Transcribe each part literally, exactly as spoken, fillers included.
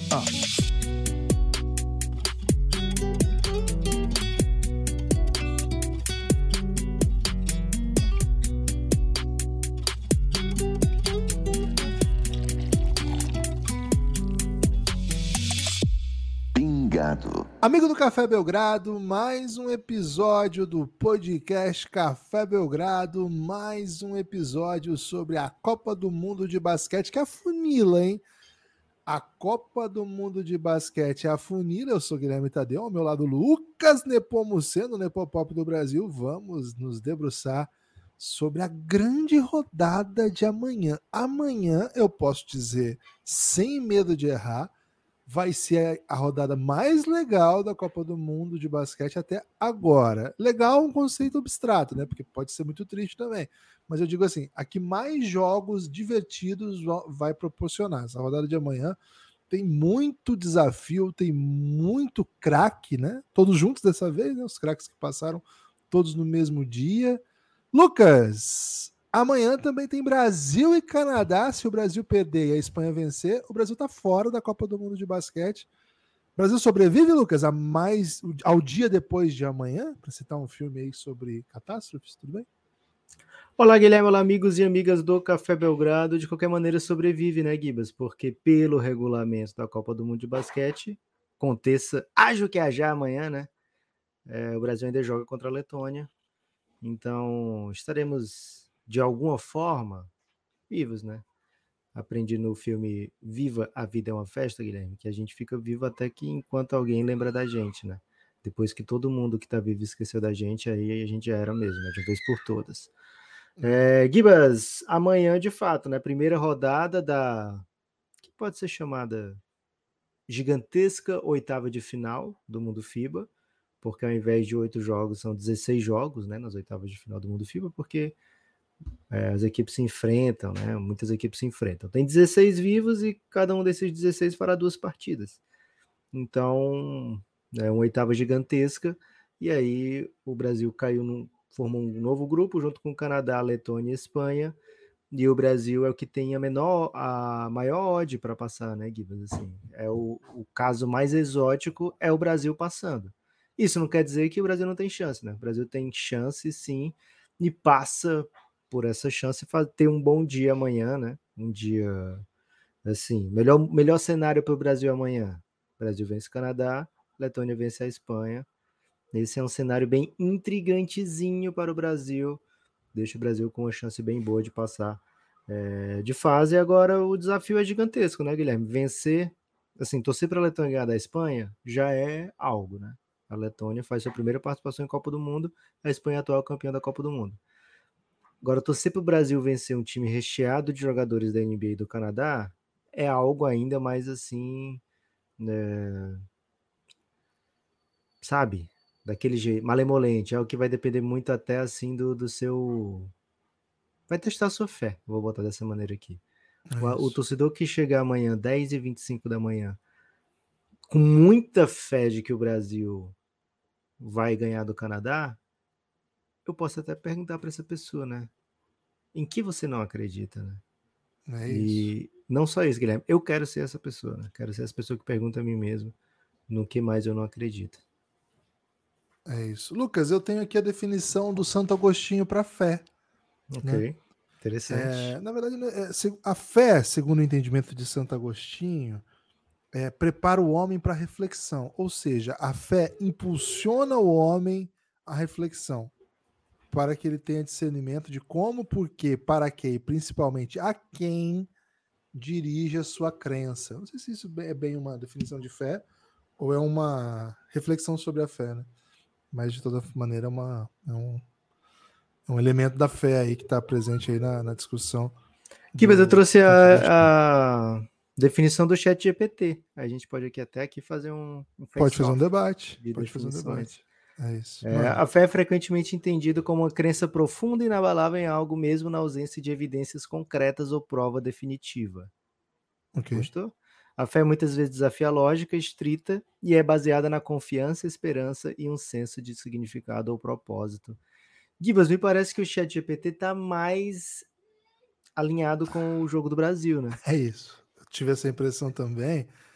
Ah. Amigo do Café Belgrado, mais um episódio do podcast Café Belgrado, mais um episódio sobre a Copa do Mundo de Basquete, que afunila, hein? A Copa do Mundo de Basquete afunila. Eu sou Guilherme Tadeu, ao meu lado Lucas Nepomuceno, Nepopop do Brasil. Vamos nos debruçar sobre a grande rodada de amanhã. Amanhã, eu posso dizer, sem medo de errar, vai ser a rodada mais legal da Copa do Mundo de basquete até agora. Legal é um conceito abstrato, né? Porque pode ser muito triste também. Mas eu digo assim, a que mais jogos divertidos vai proporcionar. Essa rodada de amanhã tem muito desafio, tem muito craque, né? Todos juntos dessa vez, né? Os craques que passaram todos no mesmo dia. Lucas, amanhã também tem Brasil e Canadá. Se o Brasil perder e a Espanha vencer, o Brasil está fora da Copa do Mundo de basquete. O Brasil sobrevive, Lucas, a mais, ao dia depois de amanhã? Para citar um filme aí sobre catástrofes, tudo bem? Olá, Guilherme, olá, amigos e amigas do Café Belgrado. De qualquer maneira, sobrevive, né, Gibas? Porque pelo regulamento da Copa do Mundo de basquete, aconteça, acho que haja amanhã, né? É, o Brasil ainda joga contra a Letônia. Então, estaremos, de alguma forma, vivos, né? Aprendi no filme Viva, a Vida é uma Festa, Guilherme, que a gente fica vivo até que enquanto alguém lembra da gente, né? Depois que todo mundo que tá vivo esqueceu da gente, aí a gente já era mesmo, né? De uma vez por todas. É, Gibas, amanhã, de fato, né? Primeira rodada da... que pode ser chamada gigantesca oitava de final do Mundo FIBA, porque ao invés de oito jogos, são dezesseis jogos, né? Nas oitavas de final do Mundo FIBA, porque é, as equipes se enfrentam, né? Muitas equipes se enfrentam. Tem dezesseis vivos e cada um desses dezesseis fará duas partidas. Então, é uma oitava gigantesca. E aí o Brasil caiu num, formou um novo grupo junto com o Canadá, Letônia e Espanha. E o Brasil é o que tem a menor, a maior odd para passar, né, Guilherme? Assim, é o, o caso mais exótico é o Brasil passando. Isso não quer dizer que o Brasil não tem chance, né? O Brasil tem chance, sim, e passa por essa chance ter um bom dia amanhã, né? Um dia, assim, melhor, melhor cenário para o Brasil amanhã. O Brasil vence o Canadá, Letônia vence a Espanha. Esse é um cenário bem intrigantezinho para o Brasil. Deixa o Brasil com uma chance bem boa de passar é, de fase. E agora o desafio é gigantesco, né, Guilherme? Vencer, assim, torcer para a Letônia ganhar da Espanha já é algo, né? A Letônia faz sua primeira participação em Copa do Mundo, a Espanha é atual campeã da Copa do Mundo. Agora, torcer para o Brasil vencer um time recheado de jogadores da N B A e do Canadá é algo ainda mais assim, né, sabe? Daquele jeito, malemolente, é o que vai depender muito até assim do, do seu... vai testar a sua fé, vou botar dessa maneira aqui. É o, o torcedor que chegar amanhã, dez e vinte e cinco da manhã, com muita fé de que o Brasil vai ganhar do Canadá, eu posso até perguntar para essa pessoa, né? Em que você não acredita, né? É e isso. Não só isso, Guilherme, eu quero ser essa pessoa, né? Quero ser essa pessoa que pergunta a mim mesmo no que mais eu não acredito. É isso. Lucas, eu tenho aqui a definição do Santo Agostinho para fé. Ok, né? Interessante. É, na verdade, a fé, segundo o entendimento de Santo Agostinho, é, prepara o homem para a reflexão. Ou seja, a fé impulsiona o homem à reflexão, para que ele tenha discernimento de como, por quê, para quê e principalmente a quem dirige a sua crença. Não sei se isso é bem uma definição de fé ou é uma reflexão sobre a fé, né? Mas de toda maneira é, uma, é, um, é um elemento da fé aí que está presente aí na, na discussão. Kibas, eu trouxe a, a definição do chat G P T. A gente pode aqui até aqui fazer um, um Pode fazer um debate. De pode definições. fazer um debate. É isso. É, a fé é frequentemente entendida como uma crença profunda e inabalável em algo, mesmo na ausência de evidências concretas ou prova definitiva. Okay. Gostou? A fé muitas vezes desafia a lógica estrita e é baseada na confiança, esperança e um senso de significado ou propósito. Gibas, me parece que o chat G P T está mais alinhado com o jogo do Brasil, né? É isso. Eu tive essa impressão também.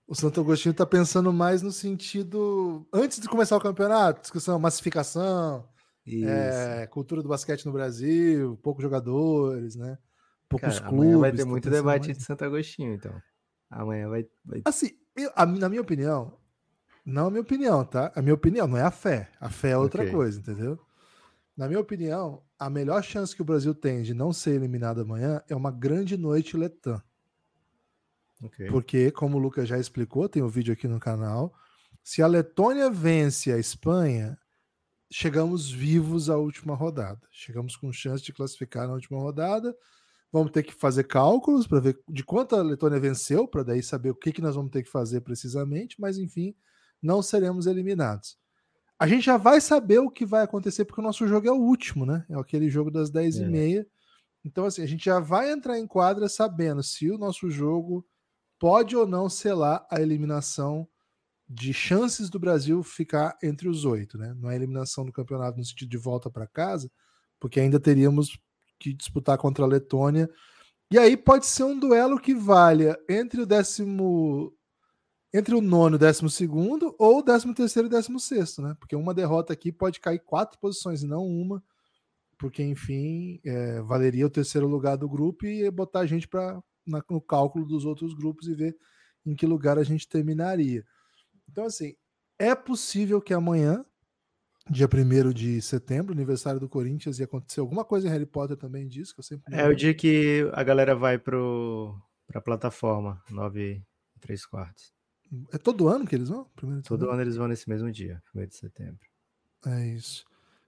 O Santo Agostinho tá pensando mais no sentido... Antes de começar o campeonato, discussão, massificação, é, cultura do basquete no Brasil, poucos jogadores, né? Poucos Cara, amanhã vai clubes. ter Tá muito pensando debate mais... de Santo Agostinho, então. Amanhã vai... vai... Assim, eu, a, na minha opinião, não a minha opinião, tá? A minha opinião não é a fé. A fé é outra Ok. coisa, entendeu? Na minha opinião, a melhor chance que o Brasil tem de não ser eliminado amanhã é uma grande noite letã. Ok. Porque, como o Lucas já explicou, tem um vídeo aqui no canal, se a Letônia vence a Espanha, chegamos vivos à última rodada. Chegamos com chance de classificar na última rodada. Vamos ter que fazer cálculos para ver de quanto a Letônia venceu, para daí saber o que, que nós vamos ter que fazer precisamente, mas enfim, não seremos eliminados. A gente já vai saber o que vai acontecer, porque o nosso jogo é o último, né? É aquele jogo das dez e meia. Então, assim, a gente já vai entrar em quadra sabendo se o nosso jogo pode ou não selar a eliminação de chances do Brasil ficar entre os oito, né? Não é eliminação do campeonato no sentido de volta para casa, porque ainda teríamos que disputar contra a Letônia. E aí pode ser um duelo que valha entre o décimo, entre o nono e o décimo segundo, ou o décimo terceiro e décimo sexto, né? Porque uma derrota aqui pode cair quatro posições e não uma, porque enfim é, valeria o terceiro lugar do grupo e botar a gente para no cálculo dos outros grupos e ver em que lugar a gente terminaria. Então, assim, é possível que amanhã, dia primeiro de setembro, aniversário do Corinthians, ia acontecer alguma coisa em Harry Potter também disso, que eu sempre me É o lembro. dia que a galera vai pro, pra plataforma, nove e três quartos. É todo ano que eles vão? Primeiro de Todo setembro? ano eles vão nesse mesmo dia, primeiro de setembro. É isso.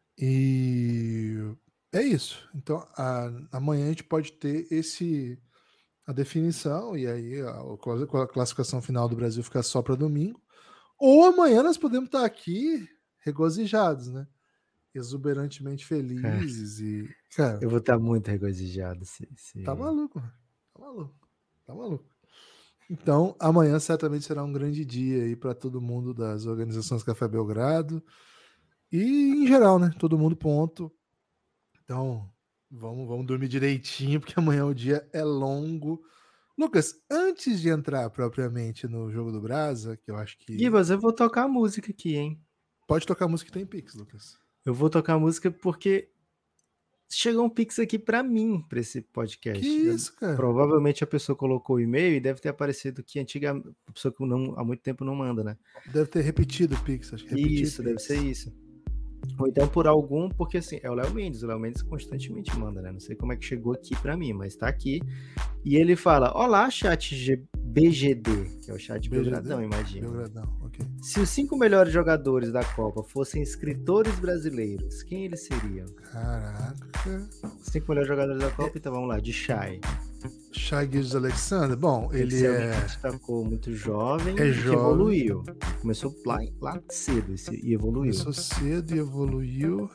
E é isso. Então, a, amanhã a gente pode ter esse a definição, e aí a, a classificação final do Brasil fica só para domingo. Ou amanhã nós podemos estar aqui regozijados, né? Exuberantemente Cara, felizes e. Cara, eu vou estar muito regozijado se, tá se... maluco, mano. Tá maluco. Tá maluco. Então, amanhã certamente será um grande dia aí para todo mundo das organizações Café Belgrado e em geral, né? Todo mundo ponto. Então, vamos, vamos dormir direitinho, porque amanhã o dia é longo. Lucas, antes de entrar propriamente no jogo do Brasa, que eu acho que. Gibas, eu vou tocar a música aqui, hein? Pode tocar a música que tem Pix, Lucas. Eu vou tocar a música porque chegou um Pix aqui pra mim, pra esse Que podcast. Eu- isso, cara? provavelmente a pessoa colocou o e-mail e deve ter aparecido que antigamente, a pessoa que não, há muito tempo não manda, né? Deve ter repetido o Pix, acho que repetir Isso, deve Pix. ser isso. Ou então por algum, porque assim, é o Léo Mendes, o Léo Mendes constantemente manda, né? Não sei como é que chegou aqui pra mim, mas tá aqui. E ele fala: olá, chat G- B G D, que é o chat B G D? Belgradão, imagina. Belgradão, ok. Se os cinco melhores jogadores da Copa fossem escritores brasileiros, quem eles seriam? Caraca. Os cinco melhores jogadores da Copa, então vamos lá, de Shai. Shai Gilgeous-Alexander, bom, Tem que ele ser alguém é, que destacou muito jovem é e que jovem, evoluiu. Começou lá, lá cedo esse- e evoluiu. começou cedo e evoluiu.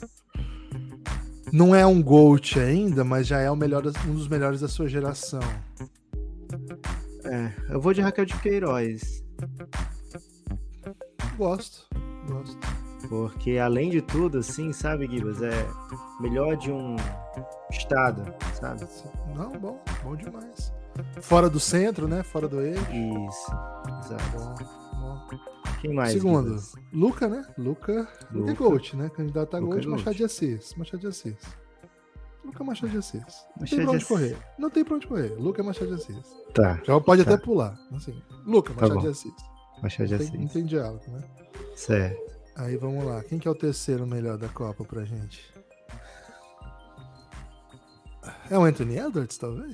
Não é um GOAT ainda, mas já é o melhor, das- um dos melhores da sua geração. É, eu vou de Raquel de Queiroz, Gosto, gosto. porque além de tudo, assim, sabe, Gibas, é melhor de um estado, sabe? Não, bom, bom demais. Fora do centro, né? Fora do eixo. Isso, exato. Bom, bom. Quem mais, Segundo, Gibas? Luca, né? Luca, Luca é Luca. GOAT, né? Candidato a Luca GOAT, é Machado GOAT. de Assis. Machado de Assis. Luca Machado de Assis. Não Machado tem pra de onde Assis. correr. Não tem pra onde correr. Luca Machado de Assis. Tá, Já pode Tá. até pular. Assim, Luca Tá Machado bom. de Assis. Machado de Não tem, não Assis. tem diálogo, né? Certo. Aí vamos lá. Quem que é o terceiro melhor da Copa pra gente? É o Anthony Edwards, talvez?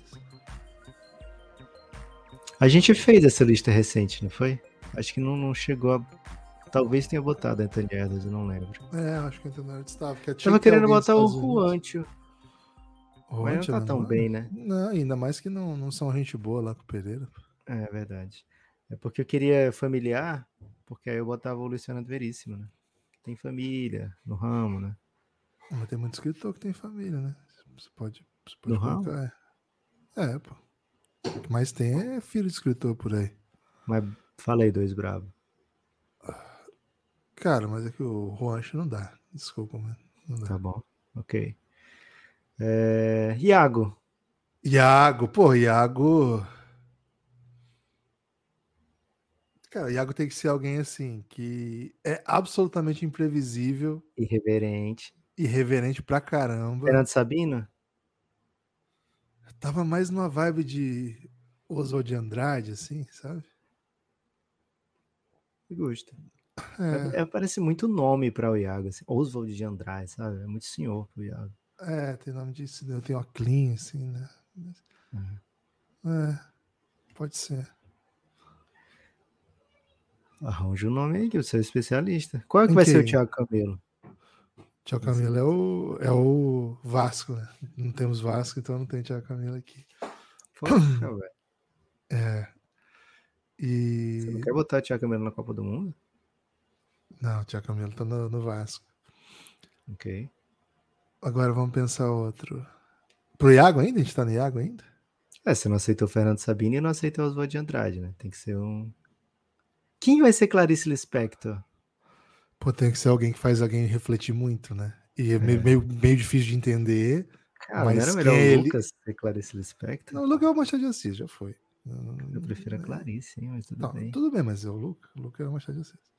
A gente fez essa lista recente, não foi? Acho que não, não chegou a... Talvez tenha botado Anthony Edwards, eu não lembro. É, acho que o Anthony Edwards estava. Que Tava querendo botar o Juancho, mas não tá tão bem, né? Não, ainda mais que não, não são gente boa lá com o Pereira. É verdade. É porque eu queria familiar, porque aí eu botava o Luciano Veríssimo, né? Tem família no ramo, né? Mas tem muito escritor que tem família, né? Você pode, você pode No ramo? colocar. É, é, pô. O que mais tem é filho de escritor por aí. Mas falei dois bravos. Cara, mas é que o Juancho não dá. Desculpa, mano. Não dá. Tá bom, ok. É... Iago. Iago, pô, Iago. Cara, o Iago tem que ser alguém assim, que é absolutamente imprevisível, Irreverente. irreverente pra caramba. Fernando Sabino? Tava mais numa vibe de Oswald de Andrade, assim, sabe? Gosto. É, É, é, parece muito nome para o Iago, assim. Oswald de Andrade, sabe? É muito senhor pro Iago. é tem nome disso, tem uma clean, assim, né? Uhum. É, pode ser. Arranja o nome aí, que você é especialista. Qual é que Em vai ser o quem? Thiago Camelo? Thiago Camilo é o, é o Vasco, né? Não temos Vasco, então não tem Thiago Camilo aqui. Poxa, velho. É. E... Você não quer botar o Thiago Camelo na Copa do Mundo? Não, o Thiago Camilo tá no, no Vasco. Ok. Agora vamos pensar outro. Pro Iago ainda? A gente tá no Iago ainda? É, você não aceitou o Fernando Sabino e não aceitou o Oswald de Andrade, né? Tem que ser um... Quem vai ser Clarice Lispector? Pô, tem que ser alguém que faz alguém refletir muito, né? E é meio, meio, meio difícil de entender. Cara, não era Mas quem melhor é o ele? Lucas ser Clarice Lispector? Não, o Lucas é o Machado de Assis, já foi. Eu prefiro a Clarice, hein, mas tudo Não, bem. tudo bem, mas é o Lucas. O Lucas é o Machado de Assis.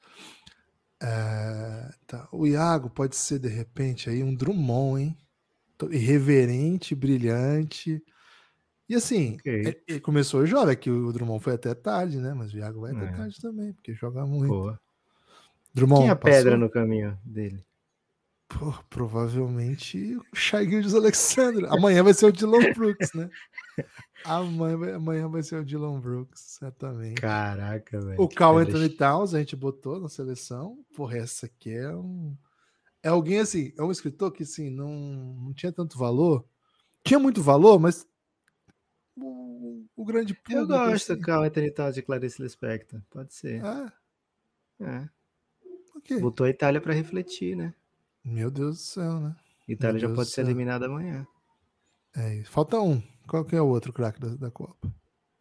É, tá. O Iago pode ser, de repente, aí um Drummond, hein? Irreverente, brilhante. E assim, Ok. ele começou jovem, que o Drummond foi até tarde, né? Mas o Iago vai até É. tarde também, porque joga muito. Boa. Drummond, Quem é a passou? pedra no caminho dele? Pô, provavelmente o Shai Gilgeous-Alexander. Amanhã vai ser o Dylan Brooks, né? Amanhã vai, amanhã vai ser o Dylan Brooks, certamente. Caraca, velho. O Karl Anthony Towns a gente botou na seleção. Porra, essa aqui é um... É alguém assim, é um escritor que assim, não, não tinha tanto valor. Tinha muito valor, mas o, o grande público... Eu gosto assim... do Karl Anthony Towns de Clarice Lispector. Pode ser. Ah, é. ok. Botou a Itália pra refletir, né? Meu Deus do céu, né? Itália já Deus pode ser eliminada amanhã. É isso. Falta um. Qual que é o outro craque da, da Copa?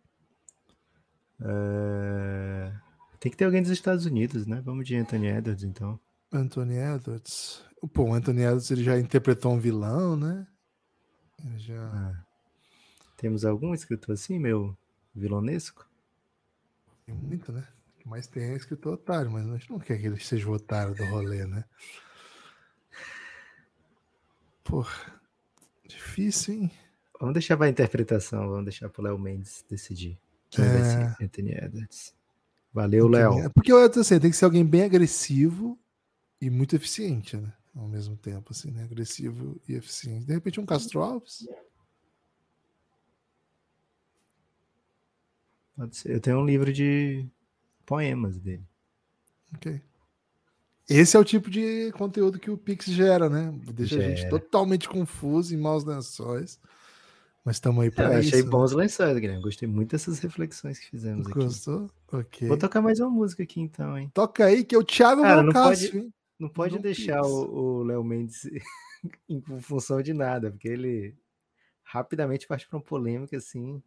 É... Tem que ter alguém dos Estados Unidos, né? Vamos de Anthony Edwards, então. Anthony Edwards. Pô, o Anthony Edwards ele já interpretou um vilão, né? Ele já... Ah. Temos algum escritor assim, meu vilonesco? Tem muito, né? O que mais tem é escritor otário, mas a gente não quer que ele seja o otário do rolê, né? Porra, difícil, hein? Vamos deixar para a interpretação, vamos deixar para o Léo Mendes decidir quem é... vai ser Anthony Edwards. Valeu, Léo. Porque eu assim, tem que ser alguém bem agressivo e muito eficiente, né? Ao mesmo tempo, assim, né? Agressivo e eficiente. De repente um Castro Alves. Pode ser. Eu tenho um livro de poemas dele. Ok. Esse é o tipo de conteúdo que o Pix gera, né? Deixa gera. a gente totalmente confuso em maus lençóis. Mas estamos aí para isso. Eu achei né? bons lençóis, Guilherme. Gostei muito dessas reflexões que fizemos aqui. Gostou? Ok. Vou tocar mais uma música aqui então, hein? Toca aí, que é o Thiago Cara, Valcácio, não pode, hein? não pode Mandou deixar um o Léo Mendes em função de nada, porque ele rapidamente parte para uma polêmica assim.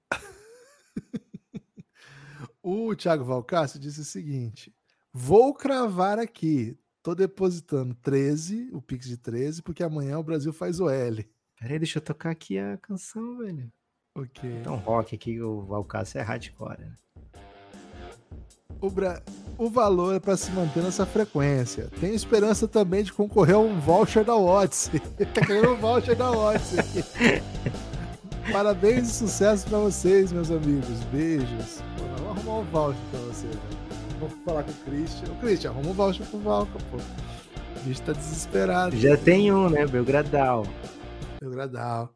O Thiago Valcácio disse o seguinte: vou cravar aqui. Tô depositando treze, o Pix de treze, porque amanhã o Brasil faz o L. Peraí, deixa eu tocar aqui a canção, velho. Ok. Então, rock aqui, o Valcácio é hardcore, né? O, Bra... o valor é para se manter nessa frequência. Tenho esperança também de concorrer a um voucher da Odyssey. Tá querendo um voucher da Odyssey aqui. Parabéns e sucesso para vocês, meus amigos. Beijos. Pô, vamos arrumar um voucher para você, velho. Vou falar com o Christian. O Christian, arruma um voucher pro Valca, pô. O bicho tá desesperado. Já tem um, né? Belgradal. Belgradal.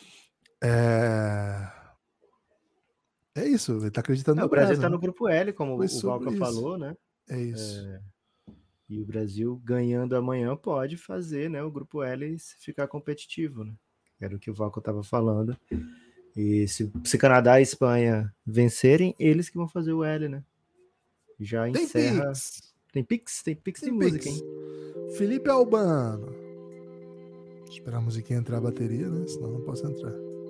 É... É isso, ele tá acreditando é, no O Brasil Brasil, tá né? no grupo L, como Foi o Valca isso. falou, né? É isso. É... E o Brasil ganhando amanhã pode fazer, né? O grupo L ficar competitivo, né? Era o que o Valca tava falando. E se, se Canadá e Espanha vencerem, eles que vão fazer o L, né? Já Tem encerra. Pix. Tem Pix? Tem Pix Tem de Pix. música, hein? Felipe Albano. Esperar a musiquinha entrar a bateria, né? Senão não posso entrar.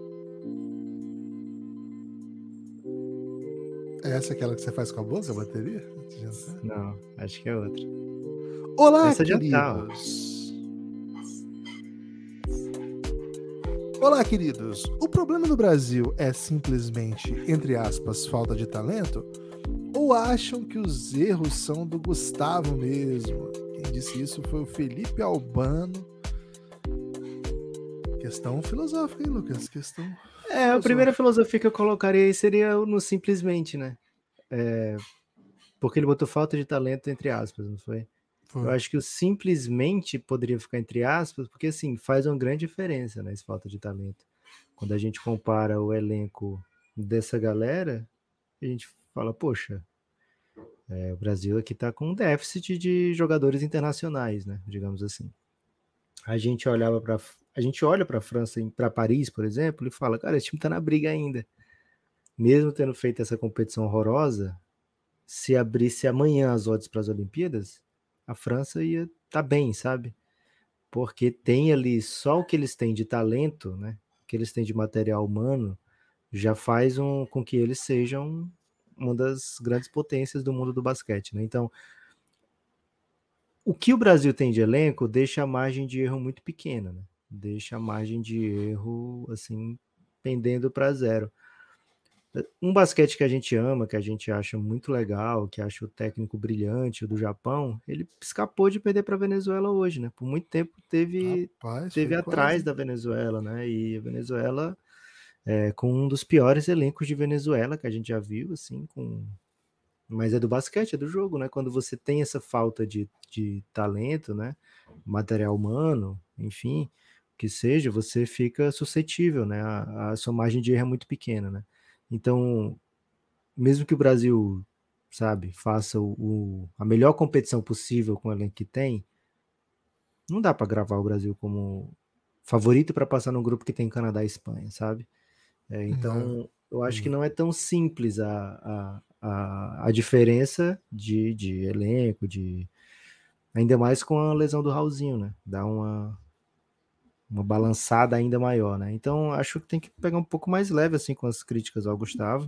É essa aquela que você faz com a boca, a bateria? Não, acho que é outra. Olá, essa queridos. Olá, queridos. O problema do Brasil é simplesmente, entre aspas, falta de talento? Ou ou acham que os erros são do Gustavo mesmo? Quem disse isso foi o Felipe Albano. Questão filosófica, hein, Lucas? Questão É, a primeira filosofia que eu colocaria aí seria no simplesmente, né? É, porque ele botou falta de talento entre aspas, não foi? foi? Eu acho que o simplesmente poderia ficar entre aspas, porque assim, faz uma grande diferença, né, essa falta de talento. Quando a gente compara o elenco dessa galera, a gente fala, poxa, é, o Brasil aqui tá com um déficit de jogadores internacionais, né, digamos assim. A gente olhava para a gente olha para a França, para Paris, por exemplo, e fala, cara, esse time tá na briga ainda. Mesmo tendo feito essa competição horrorosa, se abrisse amanhã as odds para as Olimpíadas, a França ia estar tá bem, sabe? Porque tem ali só o que eles têm de talento, né? O que eles têm de material humano, já faz um, com que eles sejam uma das grandes potências do mundo do basquete, né? Então, o que o Brasil tem de elenco deixa a margem de erro muito pequena, né? Deixa a margem de erro, assim, pendendo para zero. Um basquete que a gente ama, que a gente acha muito legal, que acha o técnico brilhante, o do Japão, ele escapou de perder para a Venezuela hoje, né? Por muito tempo teve, Rapaz, teve atrás quase. da Venezuela, né? E a Venezuela é, com um dos piores elencos de Venezuela que a gente já viu, assim, com... mas é do basquete, é do jogo, né? Quando você tem essa falta de, de talento, né? Material humano, enfim, que seja, você fica suscetível, né? A, a sua margem de erro é muito pequena, né? Então, mesmo que o Brasil, sabe, faça o, o, a melhor competição possível com o elenco que tem, não dá para gravar o Brasil como favorito para passar no grupo que tem Canadá e Espanha, sabe? É, então, eu acho que não é tão simples a, a, a, a diferença de, de elenco, de ainda mais com a lesão do Raulzinho, né? Dá uma, uma balançada ainda maior, né? Então, acho que tem que pegar um pouco mais leve, assim, com as críticas ao Gustavo.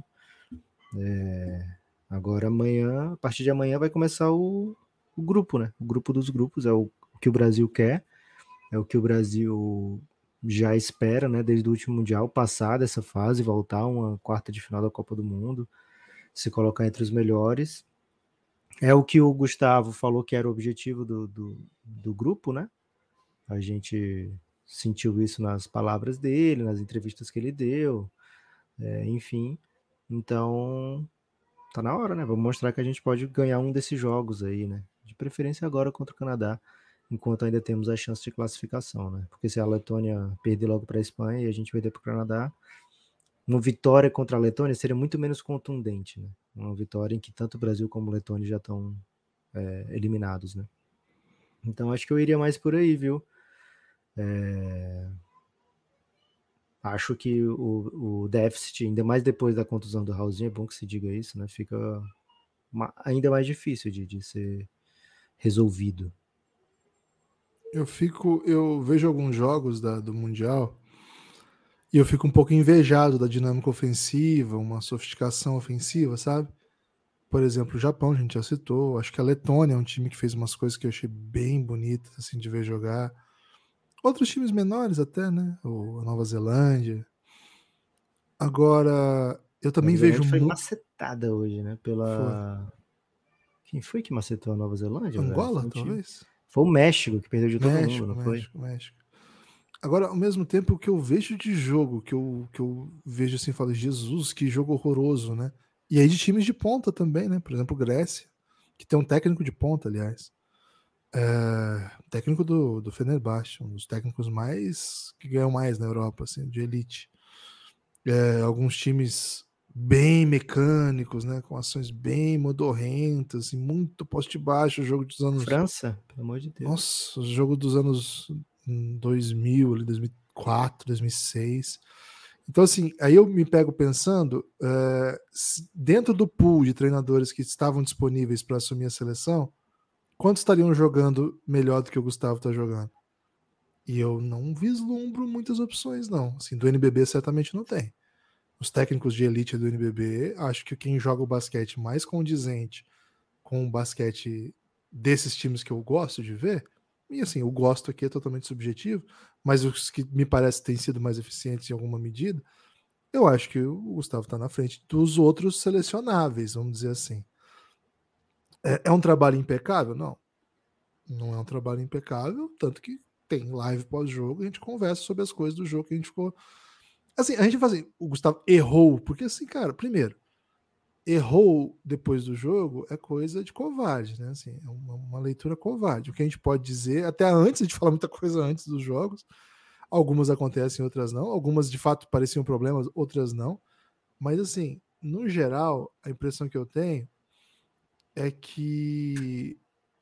É, agora, amanhã, a partir de amanhã, vai começar o, o grupo, né? O grupo dos grupos, é o, o que o Brasil quer, é o que o Brasil já espera, né? Desde o último Mundial, passar dessa fase, voltar a uma quarta de final da Copa do Mundo, se colocar entre os melhores. É o que o Gustavo falou que era o objetivo do, do, do grupo, né? A gente sentiu isso nas palavras dele, nas entrevistas que ele deu, é, enfim. Então, tá na hora, né? Vamos mostrar que a gente pode ganhar um desses jogos aí, né? De preferência agora contra o Canadá, enquanto ainda temos a chance de classificação, né? Porque se a Letônia perder logo para a Espanha e a gente perder para o Canadá, uma vitória contra a Letônia seria muito menos contundente, né? Uma vitória em que tanto o Brasil como a Letônia já estão é, eliminados, né? Então acho que eu iria mais por aí, viu? É... Acho que o, o déficit, ainda mais depois da contusão do Raulzinho, é bom que se diga isso, né? Fica uma, ainda mais difícil de, de ser resolvido. Eu fico, eu vejo alguns jogos da, do Mundial e eu fico um pouco invejado da dinâmica ofensiva, uma sofisticação ofensiva, sabe? Por exemplo, o Japão, a gente já citou. Acho que a Letônia é um time que fez umas coisas que eu achei bem bonitas, assim, de ver jogar. Outros times menores até, né? Ou a Nova Zelândia. Agora, eu também Nova Zelândia vejo foi muito... macetada hoje, né? Foi. Pela... Quem foi que macetou a Nova Zelândia, velho? Angola, Foi, um time... talvez? foi o México que perdeu de todo México, mundo, não México, foi? México. Agora, ao mesmo tempo, o que eu vejo de jogo, que eu, que eu vejo assim, falo, Jesus, que jogo horroroso, né? E aí de times de ponta também, né? Por exemplo, Grécia, que tem um técnico de ponta, aliás. É, técnico do, do Fenerbahçe, um dos técnicos mais que ganham mais na Europa, assim, de elite. É, alguns times bem mecânicos, né? Com ações bem modorrentas, assim, muito poste baixo, o jogo dos anos... França, pelo amor de Deus. Nossa, o jogo dos anos dois mil, ali, dois mil e quatro, dois mil e seis. Então, assim, aí eu me pego pensando, é, dentro do pool de treinadores que estavam disponíveis para assumir a seleção, quantos estariam jogando melhor do que o Gustavo está jogando? E eu não vislumbro muitas opções, não. Assim, do N B B certamente não tem. Os técnicos de elite do N B B, acho que quem joga o basquete mais condizente com o basquete desses times que eu gosto de ver, e assim, o gosto aqui é totalmente subjetivo, mas os que me parece têm sido mais eficientes em alguma medida, eu acho que o Gustavo está na frente dos outros selecionáveis, vamos dizer assim. É, é um trabalho impecável? Não. Não é um trabalho impecável, tanto que tem live pós-jogo, a gente conversa sobre as coisas do jogo que a gente ficou... Assim, a gente fala assim, o Gustavo errou, porque assim, cara, primeiro, errou depois do jogo é coisa de covarde, né? Assim, é uma, uma leitura covarde. O que a gente pode dizer, até antes, a gente fala muita coisa antes dos jogos, algumas acontecem, outras não, algumas de fato pareciam problemas, outras não, mas assim, no geral, a impressão que eu tenho é que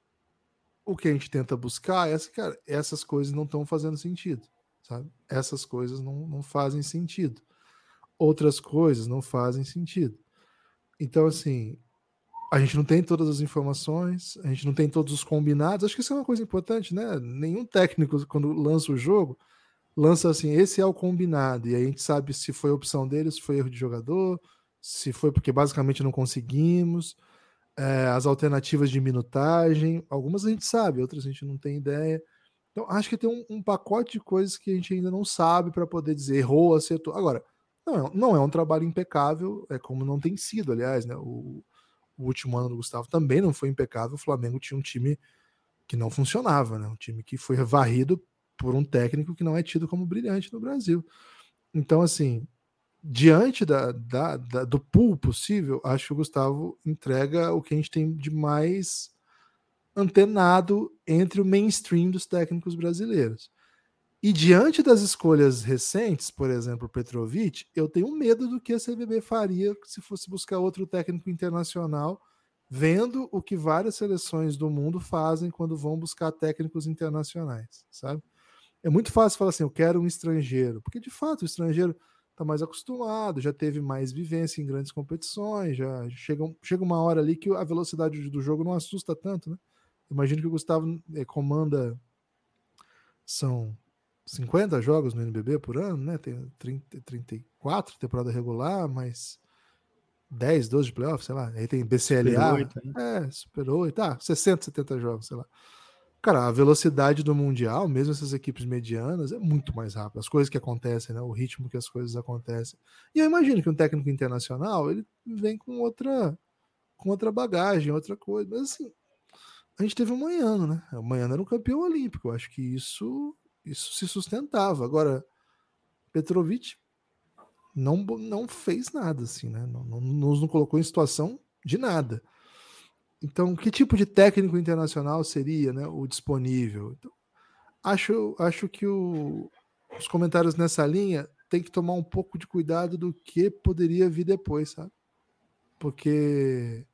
o que a gente tenta buscar é, cara, essas coisas não estão fazendo sentido, sabe? Essas coisas não, não fazem sentido. Outras coisas não fazem sentido. Então, assim, a gente não tem todas as informações, a gente não tem todos os combinados. Acho que isso é uma coisa importante, né? Nenhum técnico, quando lança o jogo, lança assim, esse é o combinado. E aí a gente sabe se foi opção dele, se foi erro de jogador, se foi porque basicamente não conseguimos. É, as alternativas de minutagem, algumas a gente sabe, outras a gente não tem ideia. Então, acho que tem um, um pacote de coisas que a gente ainda não sabe para poder dizer errou, acertou. Agora, não é, não é um trabalho impecável, é como não tem sido, aliás, né? O, o último ano do Gustavo também não foi impecável. O Flamengo tinha um time que não funcionava, né? Um time que foi varrido por um técnico que não é tido como brilhante no Brasil. Então, assim, diante da, da, da, do pool possível, acho que o Gustavo entrega o que a gente tem de mais antenado entre o mainstream dos técnicos brasileiros. E diante das escolhas recentes, por exemplo, o Petrovic, eu tenho medo do que a C B B faria se fosse buscar outro técnico internacional, vendo o que várias seleções do mundo fazem quando vão buscar técnicos internacionais, sabe? É muito fácil falar assim, eu quero um estrangeiro, porque de fato o estrangeiro está mais acostumado, já teve mais vivência em grandes competições, já chega, chega uma hora ali que a velocidade do jogo não assusta tanto, né? Imagino que o Gustavo eh, comanda, são cinquenta jogos no N B B por ano, né? Tem trinta, trinta e quatro temporada regular, mais dez, doze de playoff, sei lá. Aí tem B C L A, Super oito, né? é, Super oito, tá, sessenta, setenta jogos, sei lá. Cara, a velocidade do Mundial, mesmo essas equipes medianas, é muito mais rápida. As coisas que acontecem, né? O ritmo que as coisas acontecem. E eu imagino que um técnico internacional, ele vem com outra, com outra bagagem, outra coisa. Mas assim, a gente teve o Manhano, né? O Manhano era um campeão olímpico. Eu acho que isso, isso se sustentava. Agora, Petrovic não, não fez nada, assim, né? Não, não, nos não colocou em situação de nada. Então, que tipo de técnico internacional seria, né, o disponível? Então, acho, acho que o, os comentários nessa linha tem que tomar um pouco de cuidado do que poderia vir depois, sabe? Porque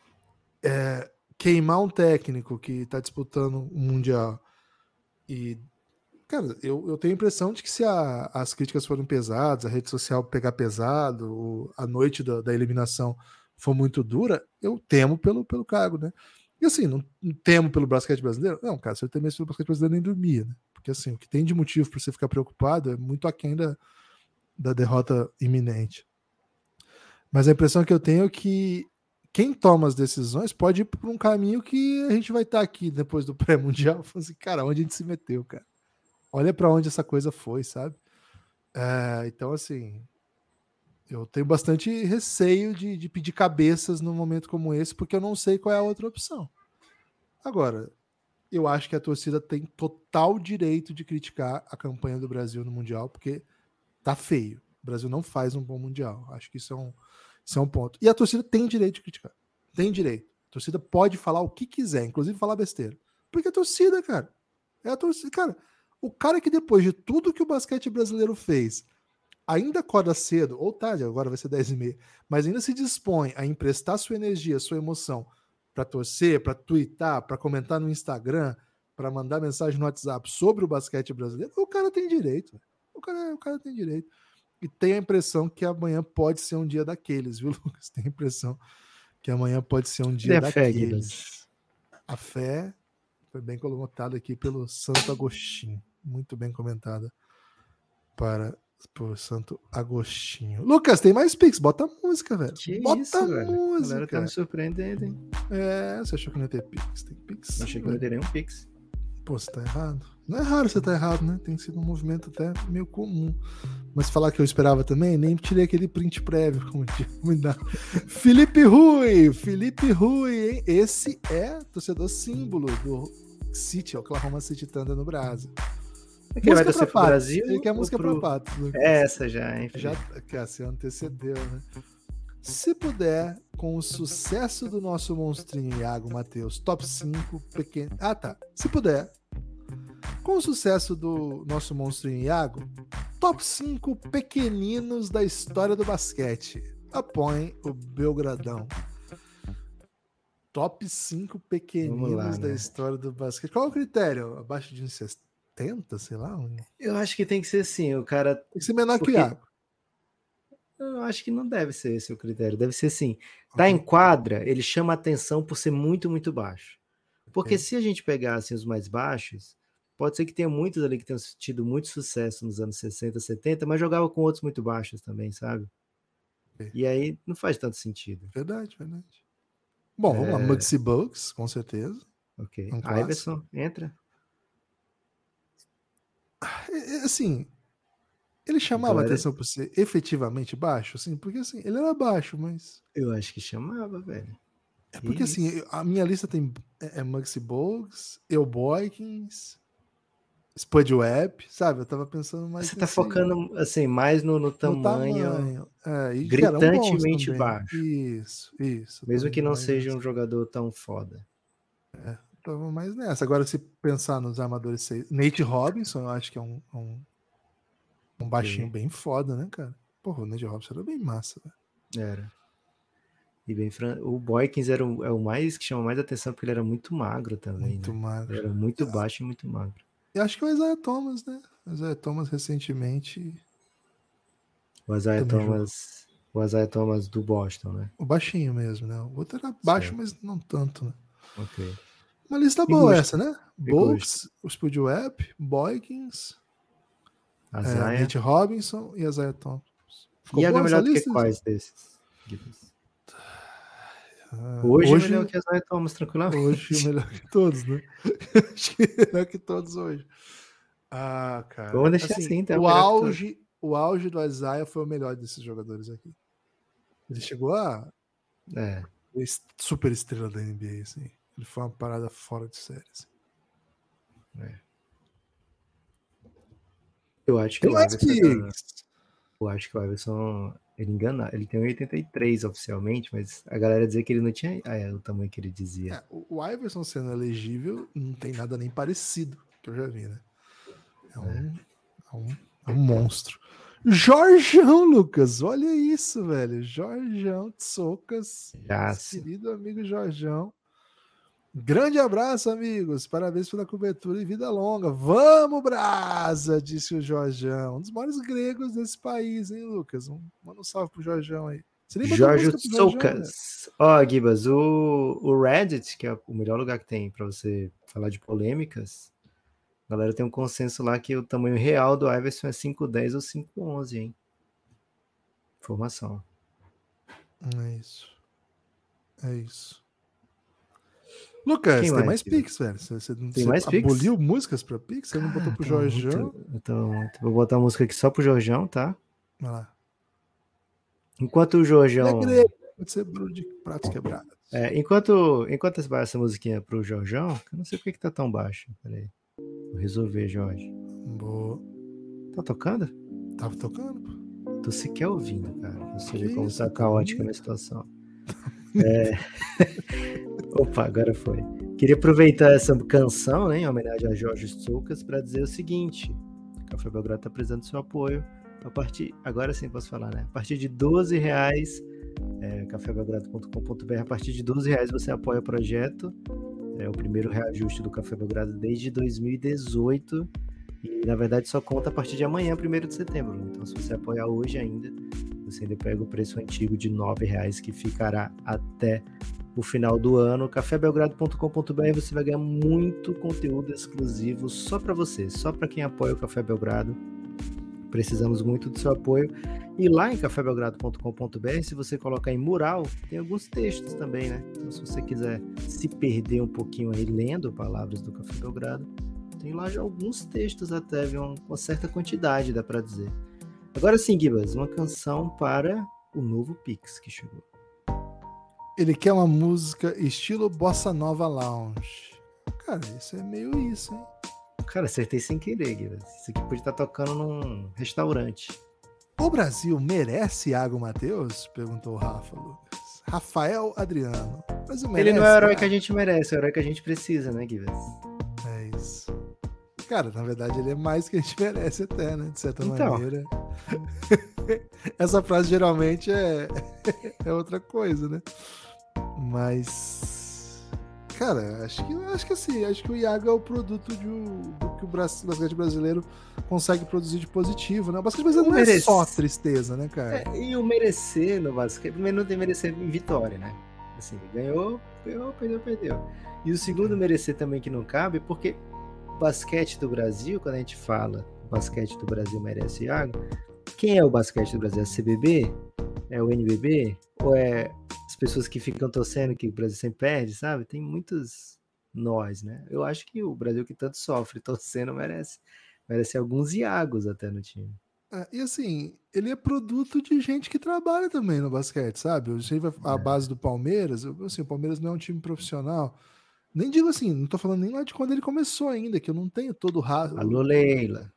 é, queimar um técnico que está disputando o Mundial e, cara, eu, eu tenho a impressão de que se a, as críticas forem pesadas, a rede social pegar pesado, a noite da, da eliminação for muito dura, eu temo pelo, pelo cargo, né? E assim, não, não temo pelo basquete brasileiro? Não, cara, se eu temesse pelo basquete brasileiro, nem dormia, né? Porque assim, o que tem de motivo para você ficar preocupado é muito aquém da, da derrota iminente. Mas a impressão que eu tenho é que quem toma as decisões pode ir por um caminho que a gente vai estar aqui depois do pré-mundial, falando assim, cara, onde a gente se meteu, cara? Olha para onde essa coisa foi, sabe? É, então, assim, eu tenho bastante receio de, de pedir cabeças num momento como esse, porque eu não sei qual é a outra opção. Agora, eu acho que a torcida tem total direito de criticar a campanha do Brasil no Mundial, porque tá feio. O Brasil não faz um bom Mundial. Acho que isso é um, isso é um ponto. E a torcida tem direito de criticar. Tem direito. A torcida pode falar o que quiser, inclusive falar besteira. Porque a torcida, cara, é a torcida. Cara, o cara que depois de tudo que o basquete brasileiro fez, ainda acorda cedo, ou tarde, agora vai ser dez e meia, mas ainda se dispõe a emprestar sua energia, sua emoção para torcer, para twittar, para comentar no Instagram, para mandar mensagem no WhatsApp sobre o basquete brasileiro, o cara tem direito. O cara, o cara tem direito. E tem a impressão que amanhã pode ser um dia daqueles, viu, Lucas? Tem a impressão que amanhã pode ser um dia daqueles. A fé foi bem comentada aqui pelo Santo Agostinho. Muito bem comentada para por Santo Agostinho. Lucas, tem mais Pix. Bota a música, velho. Que Bota isso, a velho. música. A galera tá me surpreendendo, hein? É, você achou que não ia ter Pix? Tem Pix. Não achei que não ia ter nenhum Pix. Pô, você tá errado. Não é raro você tá errado, né? Tem sido um movimento até meio comum. Mas falar que eu esperava também, nem tirei aquele print prévio, como me dá. Felipe Rui! Felipe Rui, hein? Esse é torcedor símbolo do City, Oklahoma City Thunder no Brasil. É que ele vai torcer pro Brasil? Ele quer música pro... pra Patos. É essa já, hein? Já que se antecedeu, né? Se puder, com o sucesso do nosso monstrinho Iago Matheus, top cinco pequeno. Ah, tá. Se puder, com o sucesso do nosso monstrinho Iago, top cinco pequeninos da história do basquete. Apoiem o Belgradão. Top cinco pequeninos lá, da né? história do basquete. Qual é o critério? Abaixo de uns setenta, sei lá? Um... Eu acho que tem que ser assim, o cara... Tem que ser menor Porque... que o Iago. Eu acho que não deve ser esse o critério. Deve ser assim. Tá em quadra, ele chama atenção por ser muito, muito baixo. Porque okay. se a gente pegar assim, os mais baixos, pode ser que tenha muitos ali que tenham tido muito sucesso nos anos sessenta, setenta, mas jogava com outros muito baixos também, sabe? Okay. E aí não faz tanto sentido. Verdade, verdade. Bom, é... vamos lá. Muggsy Bogues, com certeza. Ok. Um Iverson, entra. Assim... Ele chamava Galera... atenção por ser efetivamente baixo, assim, porque assim, ele era baixo, mas... Eu acho que chamava, velho. É porque Isso. assim, a minha lista tem é, é Muggsy Bogues, Eu Boykins, Spud Webb, sabe? Eu tava pensando mais... Você tá focando, assim, mais no, no tamanho... No tamanho. É, e gritantemente baixo. Isso, isso. Mesmo que não seja nessa. um jogador tão foda. É, tava mais nessa. Agora, se pensar nos armadores... Nate Robinson, eu acho que é um... um... Um baixinho okay. bem foda, né, cara? Porra, o Nate Robinson era bem massa, velho. Era. E bem fran... O Boykins era o, é o mais que chama mais atenção porque ele era muito magro também. Muito né? magro. Ele era muito baixo e muito magro. Eu acho que o Isaiah Thomas, né? O Isaiah Thomas recentemente. O Isaiah Thomas. Jogou. O Isaiah Thomas do Boston, né? O baixinho mesmo, né? O outro era baixo, certo. Mas não tanto, né? Ok. Uma lista boa essa, né? Bogues, o Spud Webb, Boykins. É, Nate Robinson e Isaiah Thomas. Ficou e a melhor do que quais desses? Uh, hoje, hoje é melhor que Isaiah Thomas, tranquilamente. Hoje é melhor que todos, né? Acho que é melhor que todos hoje. Ah, cara. Vamos deixar assim, assim então. O auge, o auge do Isaiah foi o melhor desses jogadores aqui. Ele chegou a é. super estrela da N B A, assim. Ele foi uma parada fora de série. Assim. É. Eu acho que o Iverson, eu acho que o Iverson, ele engana, ele tem oitenta e três oficialmente, mas a galera dizia que ele não tinha ah, é, o tamanho que ele dizia. É, o Iverson sendo elegível não tem nada nem parecido que eu já vi, né? É um, é. É um, é um monstro. Jorjão, Lucas, olha isso, velho. Jorjão Tsoukas, querido amigo Jorjão. Grande abraço, amigos. Parabéns pela cobertura e vida longa. Vamos, Brasa, disse o Jorjão. Um dos maiores gregos desse país, hein, Lucas? Um, manda um salve pro Jorjão aí. Jorge Tsoukas. Ó, oh, Gibas, o, o Reddit, que é o melhor lugar que tem para você falar de polêmicas, a galera tem um consenso lá que o tamanho real do Iverson é cinco dez ou cinco onze, hein? Informação. É isso. É isso. Lucas, Quem tem mais, mais Pix, velho. Você, você, tem você mais aboliu Pix? músicas pra Pix? Você não botou pro Jorjão? Então, vou botar a música aqui só pro Jorjão, tá? Vai lá. Enquanto o Jorjão... É grego, pode ser Bruno de Pratos Quebrados. É, enquanto, enquanto vai essa musiquinha pro Jorjão, eu não sei por que tá tão baixo. Peraí. Vou resolver, Jorge. Boa. Tá tocando? Tava tocando, pô. Tô sequer ouvindo, cara. Você vê como tá caótica a minha situação. É... Opa, agora foi. Queria aproveitar essa canção, né, em homenagem a Jorge Tsoukas, para dizer o seguinte: o Café Belgrado está precisando do seu apoio. A partir, agora sim posso falar, né? A partir de doze reais, é, café belgrado ponto com ponto b r, a partir de doze reais você apoia o projeto. É o primeiro reajuste do Café Belgrado desde dois mil e dezoito. E, na verdade, só conta a partir de amanhã, primeiro de setembro. Então, se você apoiar hoje ainda, você ainda pega o preço antigo de nove reais, que ficará até o final do ano. café belgrado ponto com ponto b r, você vai ganhar muito conteúdo exclusivo só para você, só para quem apoia o Café Belgrado. Precisamos muito do seu apoio. E lá em café belgrado ponto com ponto b r, se você colocar em mural, tem alguns textos também, né? Então, se você quiser se perder um pouquinho aí lendo palavras do Café Belgrado, tenho lá já alguns textos até, viu? Uma, uma certa quantidade, dá pra dizer. Agora sim, Gibas, uma canção para o novo Pix que chegou. Ele quer uma música estilo Bossa Nova Lounge. Cara, isso é meio isso, hein? Cara, acertei sem querer, Gibas. Isso aqui pode estar tocando num restaurante. O Brasil merece Iago Matheus? Perguntou o Rafa Lucas. Rafael Adriano. Mas o Ele não é o herói que a gente merece, é o herói que a gente precisa, né, Gibas? É isso. Cara, na verdade ele é mais que a gente merece até, né? De certa então. maneira. Essa frase geralmente é, é outra coisa, né? Mas, cara, acho que, acho que assim, acho que o Iago é o produto de, do que o basquete brasileiro consegue produzir de positivo, né? O basquete brasileiro não merece... é só tristeza, né, cara? É, e o merecer no basquete, primeiro não tem merecer em vitória, né? Assim, ele ganhou, ganhou, perdeu, perdeu. E o segundo merecer também que não cabe, porque o basquete do Brasil, quando a gente fala o basquete do Brasil merece o Iago, quem é o basquete do Brasil? É a C B B? É o N B B? Ou é as pessoas que ficam torcendo que o Brasil sempre perde, sabe? Tem muitos nós, né? Eu acho que o Brasil que tanto sofre torcendo merece, merece alguns Iagos até no time. É, e assim, ele é produto de gente que trabalha também no basquete, sabe? A base do Palmeiras, assim, o Palmeiras não é um time profissional. Nem digo assim, não tô falando nem lá de quando ele começou ainda, que eu não tenho todo o raso. Alô, Leila.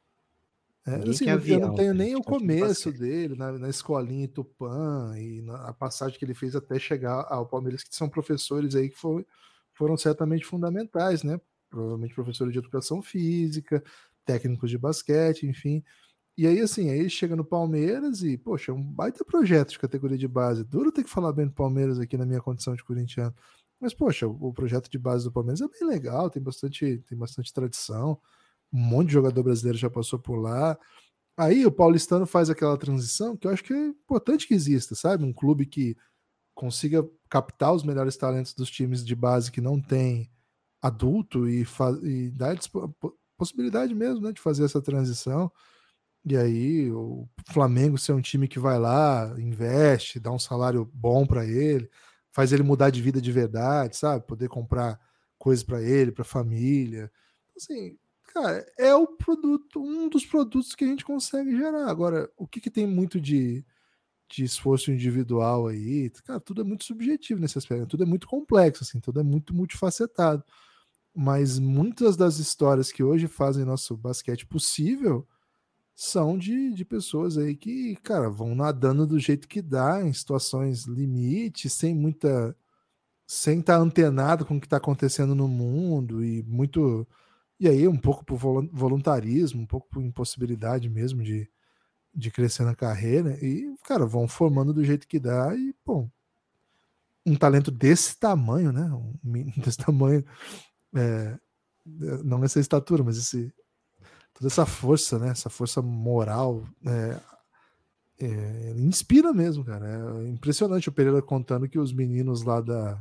É, assim, eu, avião, não tenho nem o um começo dele na, na escolinha em Tupã e na a passagem que ele fez até chegar ao Palmeiras, que são professores aí que foi, foram certamente fundamentais, né? Provavelmente professores de educação física, técnicos de basquete, enfim. E aí, assim, aí chega no Palmeiras e, poxa, é um baita projeto de categoria de base. Duro ter que falar bem do Palmeiras aqui na minha condição de corintiano. Mas, poxa, o, o projeto de base do Palmeiras é bem legal, tem bastante, tem bastante tradição. Um monte de jogador brasileiro já passou por lá. Aí o paulistano faz aquela transição que eu acho que é importante que exista, sabe? Um clube que consiga captar os melhores talentos dos times de base que não tem adulto e, e dar a possibilidade mesmo, né, de fazer essa transição. E aí o Flamengo ser um time que vai lá, investe, dá um salário bom para ele, faz ele mudar de vida de verdade, sabe? Poder comprar coisas para ele, para a família. Assim, cara, é o produto, um dos produtos que a gente consegue gerar. Agora, o que, que tem muito de, de esforço individual aí? Cara, tudo é muito subjetivo nesse aspecto, tudo é muito complexo, assim, tudo é muito multifacetado. Mas muitas das histórias que hoje fazem nosso basquete possível são de, de pessoas aí que, cara, vão nadando do jeito que dá, em situações limite, sem muita. sem estar antenado com o que está acontecendo no mundo, e muito. E aí, um pouco por voluntarismo, um pouco por impossibilidade mesmo de, de crescer na carreira, e, cara, vão formando do jeito que dá, e, bom, um talento desse tamanho, né? Um menino desse tamanho, é, não essa estatura, mas esse. Toda essa força, né? Essa força moral, é, é, inspira mesmo, cara. É impressionante o Pereira contando que os meninos lá da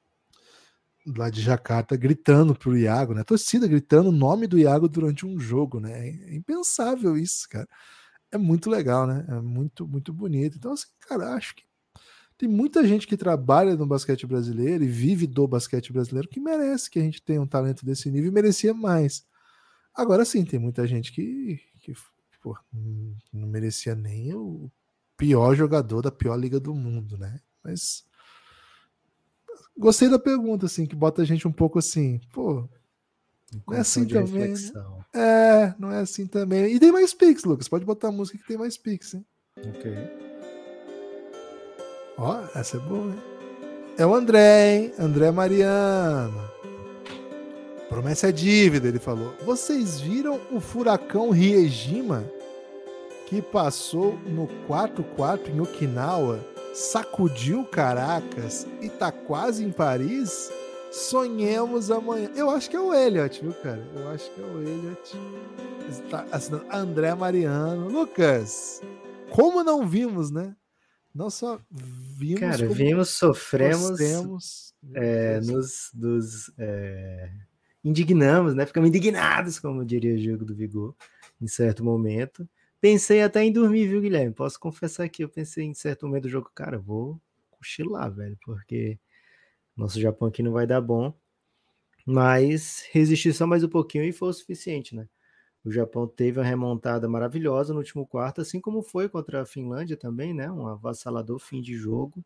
lá de Jacarta gritando pro Iago, né? A torcida gritando o nome do Iago durante um jogo, né? É impensável isso, cara. É muito legal, né? É muito, muito bonito. Então, assim, cara, acho que tem muita gente que trabalha no basquete brasileiro e vive do basquete brasileiro que merece que a gente tenha um talento desse nível e merecia mais. Agora sim, tem muita gente que, que pô, não merecia nem o pior jogador da pior liga do mundo, né? Mas gostei da pergunta, assim, que bota a gente um pouco assim, pô, não é assim também, né? É, não é assim também. E tem mais Pix, Lucas, pode botar a música que tem mais Pix, hein? Ok. Ó, essa é boa, hein? É o André, hein? André Mariano. Promessa é dívida, ele falou. Vocês viram o furacão Riejima que passou no quatro quatro em Okinawa, sacudiu Caracas e tá quase em Paris? Sonhemos amanhã. Eu acho que é o Elliot, viu, cara? Eu acho que é o Elliot. Está assinando André Mariano. Lucas, como não vimos, né? Não só vimos, cara, como vimos, sofremos, temos, é, nos, nos é, indignamos, né? Ficamos indignados, como diria o jogo do Vigor, em certo momento. Pensei até em dormir, viu, Guilherme? Posso confessar que eu pensei em certo momento do jogo, cara, vou cochilar, velho, porque nosso Japão aqui não vai dar bom. mas resistir só mais um pouquinho e foi o suficiente, né? O Japão teve uma remontada maravilhosa no último quarto, assim como foi contra a Finlândia também, né? Um avassalador fim de jogo.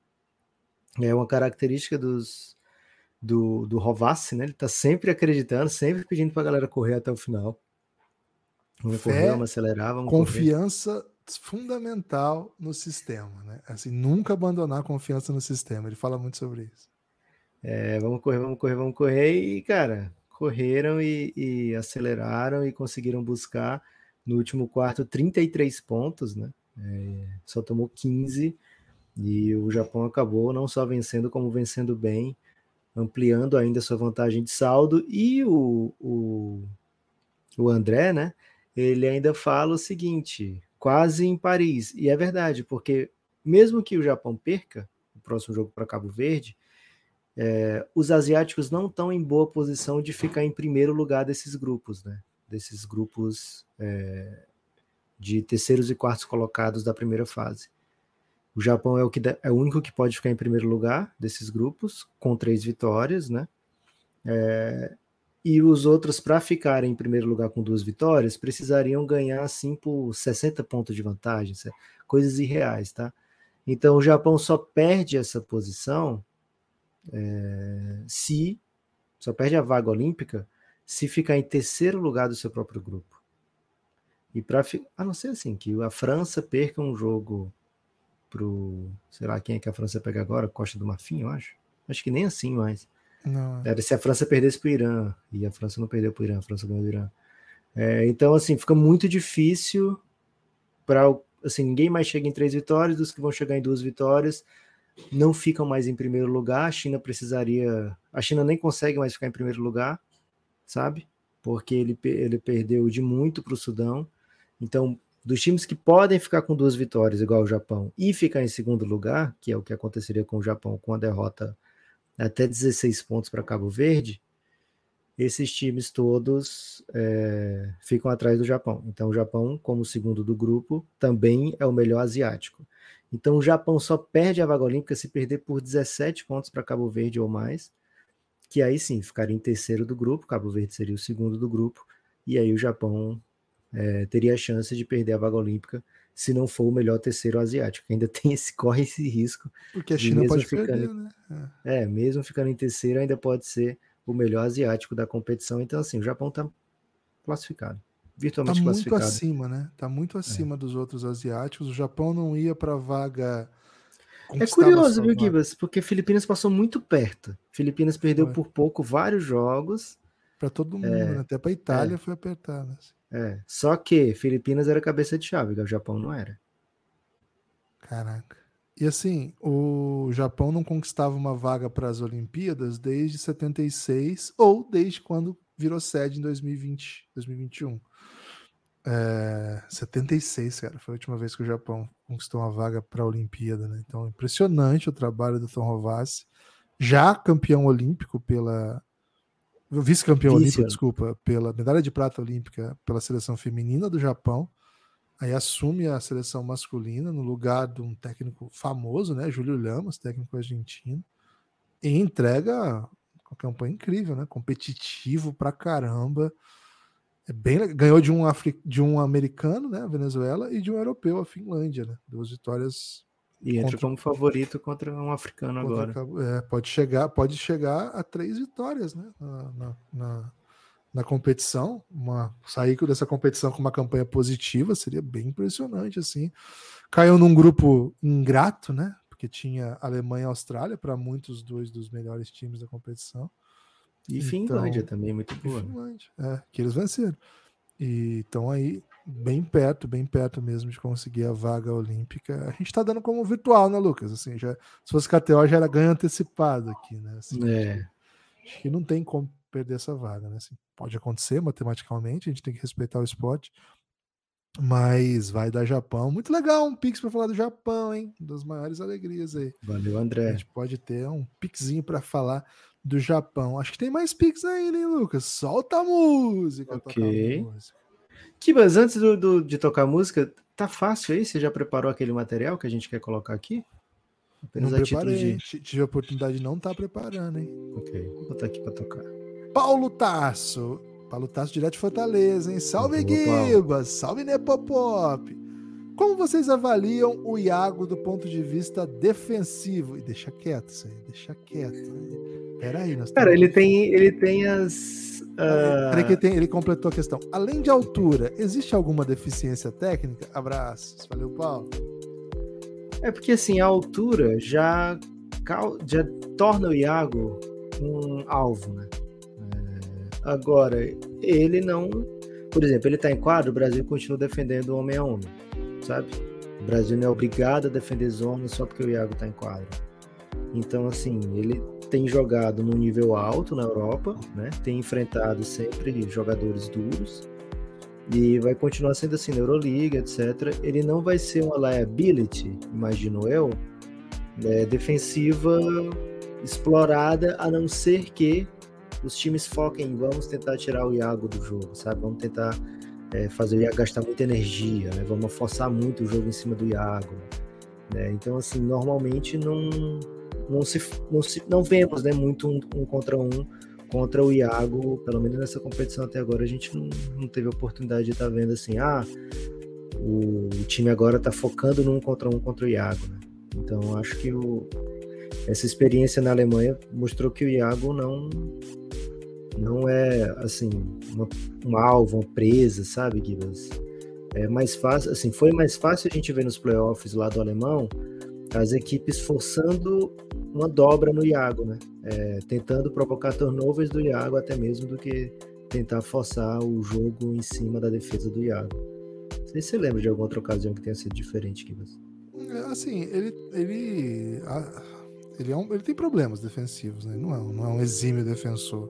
É uma característica dos, do, do Rovassi, né? Ele tá sempre acreditando, sempre pedindo pra galera correr até o final. Vamos Fé, correr, vamos acelerar, vamos correr. confiança fundamental no sistema, né? Assim, nunca abandonar a confiança no sistema. Ele fala muito sobre isso. É, vamos correr, vamos correr, vamos correr. E, cara, correram e, e aceleraram e conseguiram buscar no último quarto trinta e três pontos, né? É, só tomou quinze e o Japão acabou não só vencendo, como vencendo bem, ampliando ainda sua vantagem de saldo. E o, o, o André, né? Ele ainda fala o seguinte, quase em Paris. E é verdade, porque mesmo que o Japão perca o próximo jogo para Cabo Verde, é, os asiáticos não estão em boa posição de ficar em primeiro lugar desses grupos, né? Desses grupos é, de terceiros e quartos colocados da primeira fase. O Japão é o, que é o único que pode ficar em primeiro lugar desses grupos, com três vitórias, né? É, e os outros, para ficarem em primeiro lugar com duas vitórias, precisariam ganhar assim por sessenta pontos de vantagem, coisas irreais, tá? Então o Japão só perde essa posição é, se só perde a vaga olímpica se ficar em terceiro lugar do seu próprio grupo. E para a não ser assim que a França perca um jogo pro, sei lá, quem é que a França pega agora, Costa do Marfim, eu acho. Acho que nem assim mais. Não. Era se a França perdesse pro Irã, e a França não perdeu pro Irã, a França ganhou do Irã. É, então, assim, fica muito difícil para, assim, ninguém mais chega em três vitórias, dos que vão chegar em duas vitórias não ficam mais em primeiro lugar. A China precisaria, a China nem consegue mais ficar em primeiro lugar, sabe? Porque ele, ele perdeu de muito para o Sudão. Então, dos times que podem ficar com duas vitórias, igual o Japão, e ficar em segundo lugar, que é o que aconteceria com o Japão com a derrota até dezesseis pontos para Cabo Verde, esses times todos é, ficam atrás do Japão. Então, o Japão, como segundo do grupo, também é o melhor asiático. Então, o Japão só perde a vaga olímpica se perder por dezessete pontos para Cabo Verde ou mais, que aí sim, ficaria em terceiro do grupo, Cabo Verde seria o segundo do grupo, e aí o Japão é, teria a chance de perder a vaga olímpica se não for o melhor terceiro asiático. Ainda tem esse, corre esse risco. Porque a China pode ficando, perder, né? É. é, mesmo ficando em terceiro, ainda pode ser o melhor asiático da competição. Então, assim, o Japão está classificado. Virtualmente tá muito classificado. acima, né? Tá muito acima é. dos outros asiáticos. O Japão não ia para a vaga. É curioso, viu, Gibas? Porque Filipinas passou muito perto. Filipinas perdeu foi. por pouco vários jogos. Para todo mundo, é. né? Até para a Itália é. foi apertada. Assim. É. Só que Filipinas era cabeça de chave, o Japão não era. Caraca. E assim, o Japão não conquistava uma vaga para as Olimpíadas desde setenta e seis ou desde quando virou sede em dois mil e vinte, dois mil e vinte e um. É, setenta e seis, cara, foi a última vez que o Japão conquistou uma vaga para a Olimpíada, né? Então, impressionante o trabalho do Tom Rovassi, já campeão olímpico pela vice-campeão olímpico, desculpa, pela medalha de prata olímpica pela seleção feminina do Japão. Aí assume a seleção masculina no lugar de um técnico famoso, né, Júlio Lamas, técnico argentino, e entrega uma campanha incrível, né, competitivo pra caramba. É bem, ganhou de um, Afri, de um americano, né, a Venezuela, e de um europeu, a Finlândia, né, duas vitórias. E entra como favorito contra um africano contra, agora. É, pode chegar, pode chegar a três vitórias, né, na, na, na na competição, uma, sair dessa competição com uma campanha positiva seria bem impressionante, assim. Caiu num grupo ingrato, né, porque tinha Alemanha e Austrália, para muitos dois dos melhores times da competição. E então, Finlândia também, muito boa. Finlândia, é, que eles venceram. E estão aí bem perto, bem perto mesmo de conseguir a vaga olímpica. A gente está dando como virtual, né, Lucas? Assim, já, se fosse K T O, já era ganho antecipado aqui, né? Assim, é. acho, que, acho que não tem como perder essa vaga, né? Assim, pode acontecer matematicamente, a gente tem que respeitar o esporte, mas vai dar Japão. Muito legal, um pix para falar do Japão, hein? Das maiores alegrias aí. Valeu, André. A gente pode ter um pixinho para falar do Japão. Acho que tem mais pix ainda, hein, Lucas? Solta a música. Ok. A música. Kibas, antes do, do, de tocar a música, tá fácil aí? Você já preparou aquele material que a gente quer colocar aqui? Apenas não preparei, de... tive a oportunidade de não estar tá preparando, hein? Ok, vou botar aqui para tocar. Paulo Tarso. Paulo Tarso direto de Fortaleza, hein? Salve, Boa, Guibas! Salve, Nepopop! Como vocês avaliam o Iago do ponto de vista defensivo? E deixa quieto isso aí, deixa quieto. Peraí, nós Cara, temos ele que... tem, ele tem as... Uh... Peraí que ele, tem, ele completou a questão. Além de altura, existe alguma deficiência técnica? Abraços. Valeu, Paulo. É porque, assim, a altura já, já torna o Iago um alvo, né? É... Agora, ele não... Por exemplo, ele tá em quadro, o Brasil continua defendendo homem a homem, sabe? O Brasil não é obrigado a defender zona só porque o Iago tá em quadro. Então, assim, ele tem jogado num nível alto na Europa, né? Tem enfrentado sempre jogadores duros e vai continuar sendo assim na Euroliga, etcétera. Ele não vai ser uma liability, imagino eu, né, defensiva explorada, a não ser que os times foquem em vamos tentar tirar o Iago do jogo, sabe? Vamos tentar é, fazer o Iago gastar muita energia, né? Vamos forçar muito o jogo em cima do Iago, né? Então, assim, normalmente não, não, se, não, se, não vemos, né, muito um, um contra um contra o Iago, pelo menos nessa competição até agora a gente não, não teve a oportunidade de estar vendo assim, ah, o, o time agora está focando num contra um contra o Iago, né? Então, acho que o, essa experiência na Alemanha mostrou que o Iago não não é, assim, uma, uma alvo, uma presa, sabe, Gibas? É mais fácil, assim, foi mais fácil a gente ver nos playoffs lá do alemão as equipes forçando uma dobra no Iago, né? É, tentando provocar turnovers do Iago até mesmo do que tentar forçar o jogo em cima da defesa do Iago. Não sei se você lembra de alguma outra ocasião que tenha sido diferente, Gibas. Assim, ele ele, ele, é um, ele tem problemas defensivos, né? Não é, não é um exímio defensor.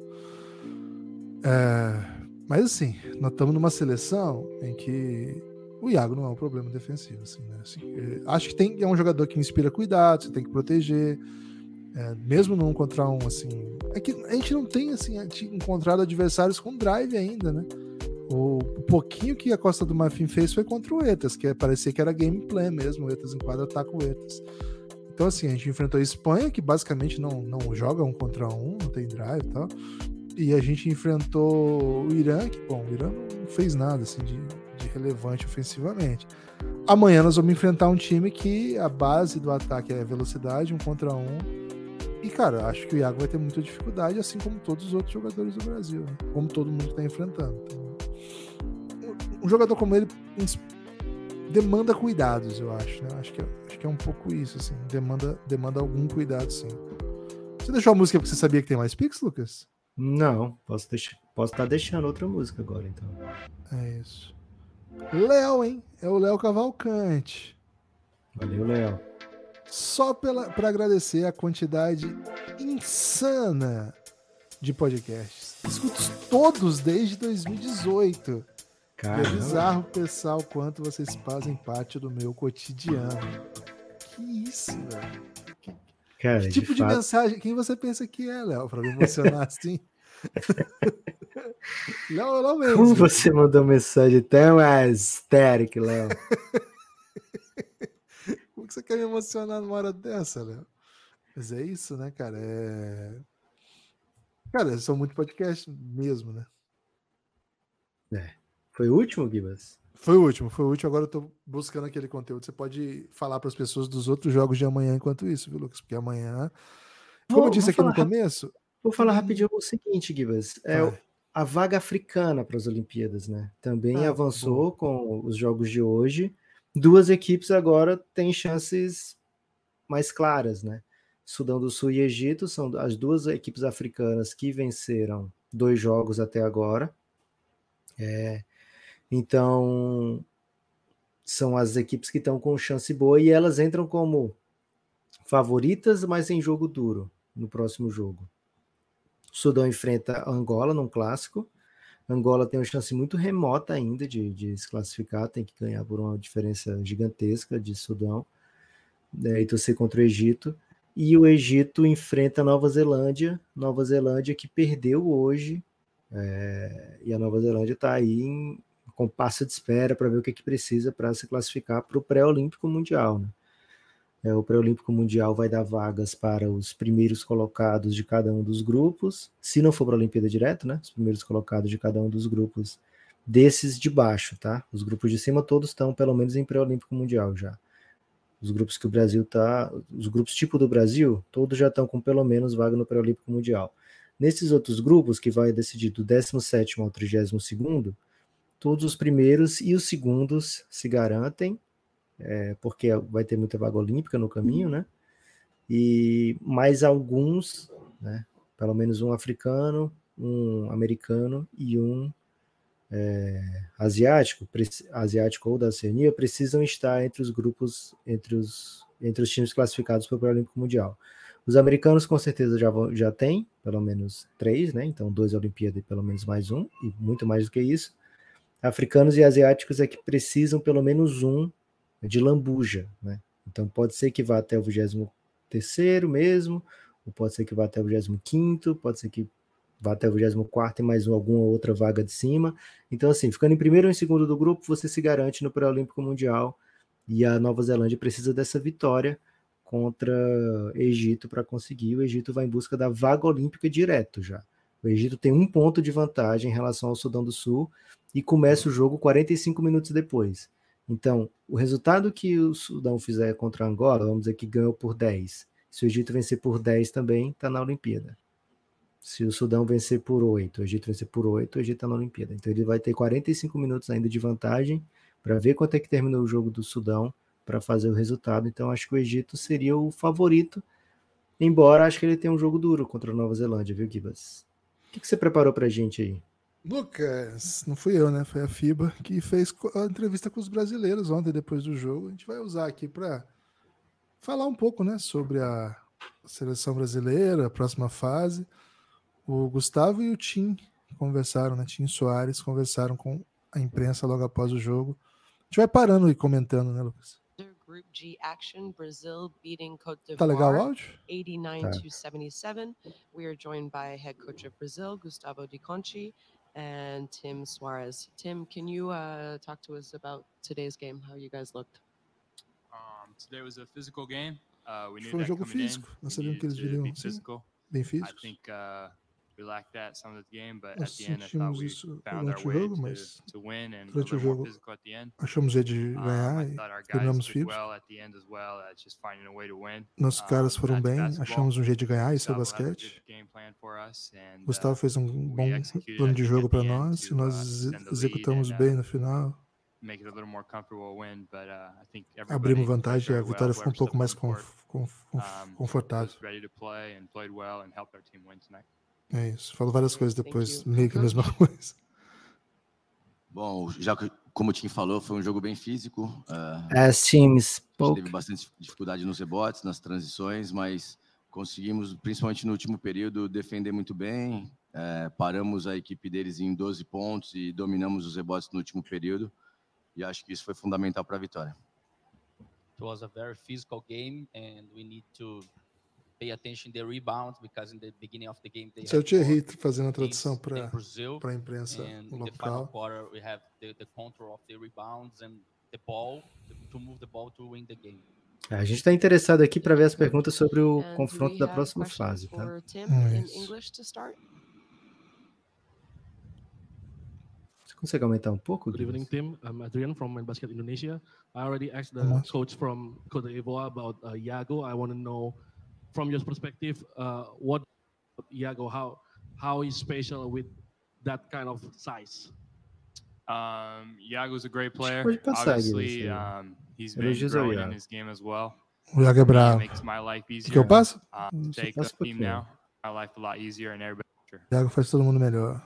É, mas assim, nós estamos numa seleção em que o Iago não é um problema defensivo. Assim, né? Assim, é, acho que tem, é um jogador que inspira cuidado, você tem que proteger, é, mesmo num contra um, assim. É que a gente não tem assim, encontrado adversários com drive ainda, né? O, o pouquinho que a Costa do Marfim fez foi contra o Etas, que parecia que era gameplay mesmo, o Etas em quadra ataca o Etas. Então, assim, a gente enfrentou a Espanha, que basicamente não, não joga um contra um, não tem drive e tal. E a gente enfrentou o Irã, que, bom, o Irã não fez nada assim, de, de relevante ofensivamente. Amanhã nós vamos enfrentar um time que a base do ataque é velocidade, um contra um. E, cara, acho que o Iago vai ter muita dificuldade, assim como todos os outros jogadores do Brasil, né? Como todo mundo está enfrentando. Então, um jogador como ele demanda cuidados, eu acho, né? Acho que, acho que é um pouco isso, assim. Demanda, demanda algum cuidado, sim. Você deixou a música porque você sabia que tem mais Pix, Lucas? Não, posso deixar, posso estar deixando outra música agora, então. É isso. Léo, hein? É o Léo Cavalcante. Valeu, Léo. Só para agradecer a quantidade insana de podcasts. Escuto todos desde dois mil e dezoito. Caramba. E é bizarro pensar o quanto vocês fazem parte do meu cotidiano. Que isso, velho? Que, Cara, que tipo de, de fato... mensagem? Quem você pensa que é, Léo? Para me emocionar assim? Léo, Léo mesmo. Como você mandou mensagem tão histérica, Léo? Como que você quer me emocionar numa hora dessa, Léo? Mas é isso, né, cara? É... Cara, são muitos podcasts mesmo, né? É. Foi o último, Gibas? Foi o último, foi o último. Agora eu tô buscando aquele conteúdo. Você pode falar para as pessoas dos outros jogos de amanhã enquanto isso, viu, Lucas? Porque amanhã, como vou, eu disse vou aqui no rap... começo... Vou falar hum... rapidinho o seguinte, Gibas. É Vai. a vaga africana para as Olimpíadas, né? Também ah, avançou bom. Com os jogos de hoje. Duas equipes agora têm chances mais claras, né? Sudão do Sul e Egito são as duas equipes africanas que venceram dois jogos até agora. É, então, são as equipes que estão com chance boa e elas entram como favoritas, mas em jogo duro no próximo jogo. O Sudão enfrenta Angola num clássico. Angola tem uma chance muito remota ainda de, de se classificar, tem que ganhar por uma diferença gigantesca de Sudão, né, e torcer contra o Egito. E o Egito enfrenta a Nova Zelândia, Nova Zelândia que perdeu hoje, é, e a Nova Zelândia está aí em compasso de espera para ver o que, que precisa para se classificar para o pré-olímpico mundial, né? É, o pré-olímpico mundial vai dar vagas para os primeiros colocados de cada um dos grupos, se não for para a Olimpíada direto, né? Os primeiros colocados de cada um dos grupos desses de baixo, tá? Os grupos de cima todos estão pelo menos em pré-olímpico mundial já. Os grupos que o Brasil tá, os grupos tipo do Brasil, todos já estão com pelo menos vaga no pré-olímpico mundial. Nesses outros grupos, que vai decidir do décimo sétimo ao trigésimo segundo, todos os primeiros e os segundos se garantem, é, porque vai ter muita vaga olímpica no caminho, né? E mais alguns, né? Pelo menos um africano, um americano e um é, asiático, asiático ou da Oceania, precisam estar entre os grupos, entre os, entre os times classificados para o Pré-Olímpico Mundial. Os americanos com certeza já, vão, já têm pelo menos três, né? Então dois Olimpíadas e pelo menos mais um, e muito mais do que isso. Africanos e asiáticos é que precisam pelo menos um de lambuja, né? Então pode ser que vá até o vigésimo terceiro mesmo, ou pode ser que vá até o vigésimo quinto, pode ser que vá até o vigésimo quarto e mais alguma outra vaga de cima. Então, assim, ficando em primeiro ou em segundo do grupo, você se garante no Pré-Olímpico Mundial, e a Nova Zelândia precisa dessa vitória contra o Egito para conseguir. O Egito vai em busca da vaga olímpica direto já. O Egito tem um ponto de vantagem em relação ao Sudão do Sul e começa o jogo quarenta e cinco minutos depois. Então, o resultado que o Sudão fizer contra a Angola, vamos dizer que ganhou por dez. Se o Egito vencer por dez também, está na Olimpíada. Se o Sudão vencer por oito, o Egito vencer por oito, o Egito está na Olimpíada. Então ele vai ter quarenta e cinco minutos ainda de vantagem para ver quanto é que terminou o jogo do Sudão para fazer o resultado. Então acho que o Egito seria o favorito, embora acho que ele tenha um jogo duro contra a Nova Zelândia, viu, Gibas? O que, que você preparou para a gente aí? Lucas, não fui eu, né? Foi a FIBA que fez a entrevista com os brasileiros ontem, depois do jogo. A gente vai usar aqui para falar um pouco, né, sobre a seleção brasileira, a próxima fase. O Gustavo e o Tim conversaram, né? Tim Soares conversaram com a imprensa logo após o jogo. A gente vai parando e comentando, né, Lucas? Group G action, Brazil beating Côte d'Ivoire. Tá legal o áudio? eighty-nine to seventy-seven. We are joined by head coach of Brazil, Gustavo de Conchi, and Tim Soares. Tim, can you uh, talk to us about today's game? How you guys looked? Um, today was a physical game. Uh, we knew Foi um that jogo coming físico. in. Nós We sabíamos que eles needed to viriam be assim, physical. bem I físicos. think uh, we lacked that some of the game, but at Nós the end I thought sentimos we isso found our durante o way jogo, to, mas to win and a durante o little more jogo physical at the end. achamos jeito de Um, ganhar I e thought our guys terminamos did vivos. well at the end as well. Uh, just finding a way to win. Nossos Um, caras foram back to bem, basketball. achamos um jeito de ganhar, isso é o Gustavo had a basquete. good game plan for us, and Gustavo uh, fez um we bom executed, plano I de think, jogo at the para end nós e to uh, nós extend the lead executamos and bem uh, no final. make it a little more comfortable win, but uh, I think everybody Abrimos played vantagem e a very vitória well. ficou um Whoever pouco stepped mais on the conf, court, conf, conf, um, confortável. was ready to play and played well and helped our team win tonight. É isso. Falou várias coisas Thank depois, you. meio que a Coach? mesma coisa. Bom, já que, como o Tim falou, foi um jogo bem físico. Uh, As teams a gente spoke. teve bastante dificuldade nos rebotes, nas transições, mas conseguimos, principalmente no último período, defender muito bem. Uh, paramos a equipe deles em doze pontos e dominamos os rebotes no último período. E acho que isso foi fundamental para a vitória. It was a very physical game, and we need to pay attention to the rebounds because in the beginning of the game they Esse é o had Thierry more fazendo a games tradução than para Brazil, a imprensa and in the final local. quarter we have the, the control of the rebounds and the ball to move the ball to win the game. A gente está interessado aqui para ver as perguntas sobre o And confronto we da have próxima questions fase, tá? for Tim Hum, in isso. English to start. Você consegue aumentar um pouco, Good evening, Gibas? Tim. I'm Adrian from Mind Basket Indonesia. I already asked the Vamos. coach from Côte d'Ivoire about uh, Iago. I want to know, from your perspective, uh, what Iago, how how he's special with that kind of size. Um, Iago's a great player. Pode passar, Obviously, Guilherme. um, he's been Elogios ao growing in Iago. his game as well. O Iago é For me, it bravo. makes my life O que, easier. que eu passo? Uh, Hum, to só take passa the um team pouquinho. now, my life a lot easier and everybody. O Iago faz todo mundo melhor.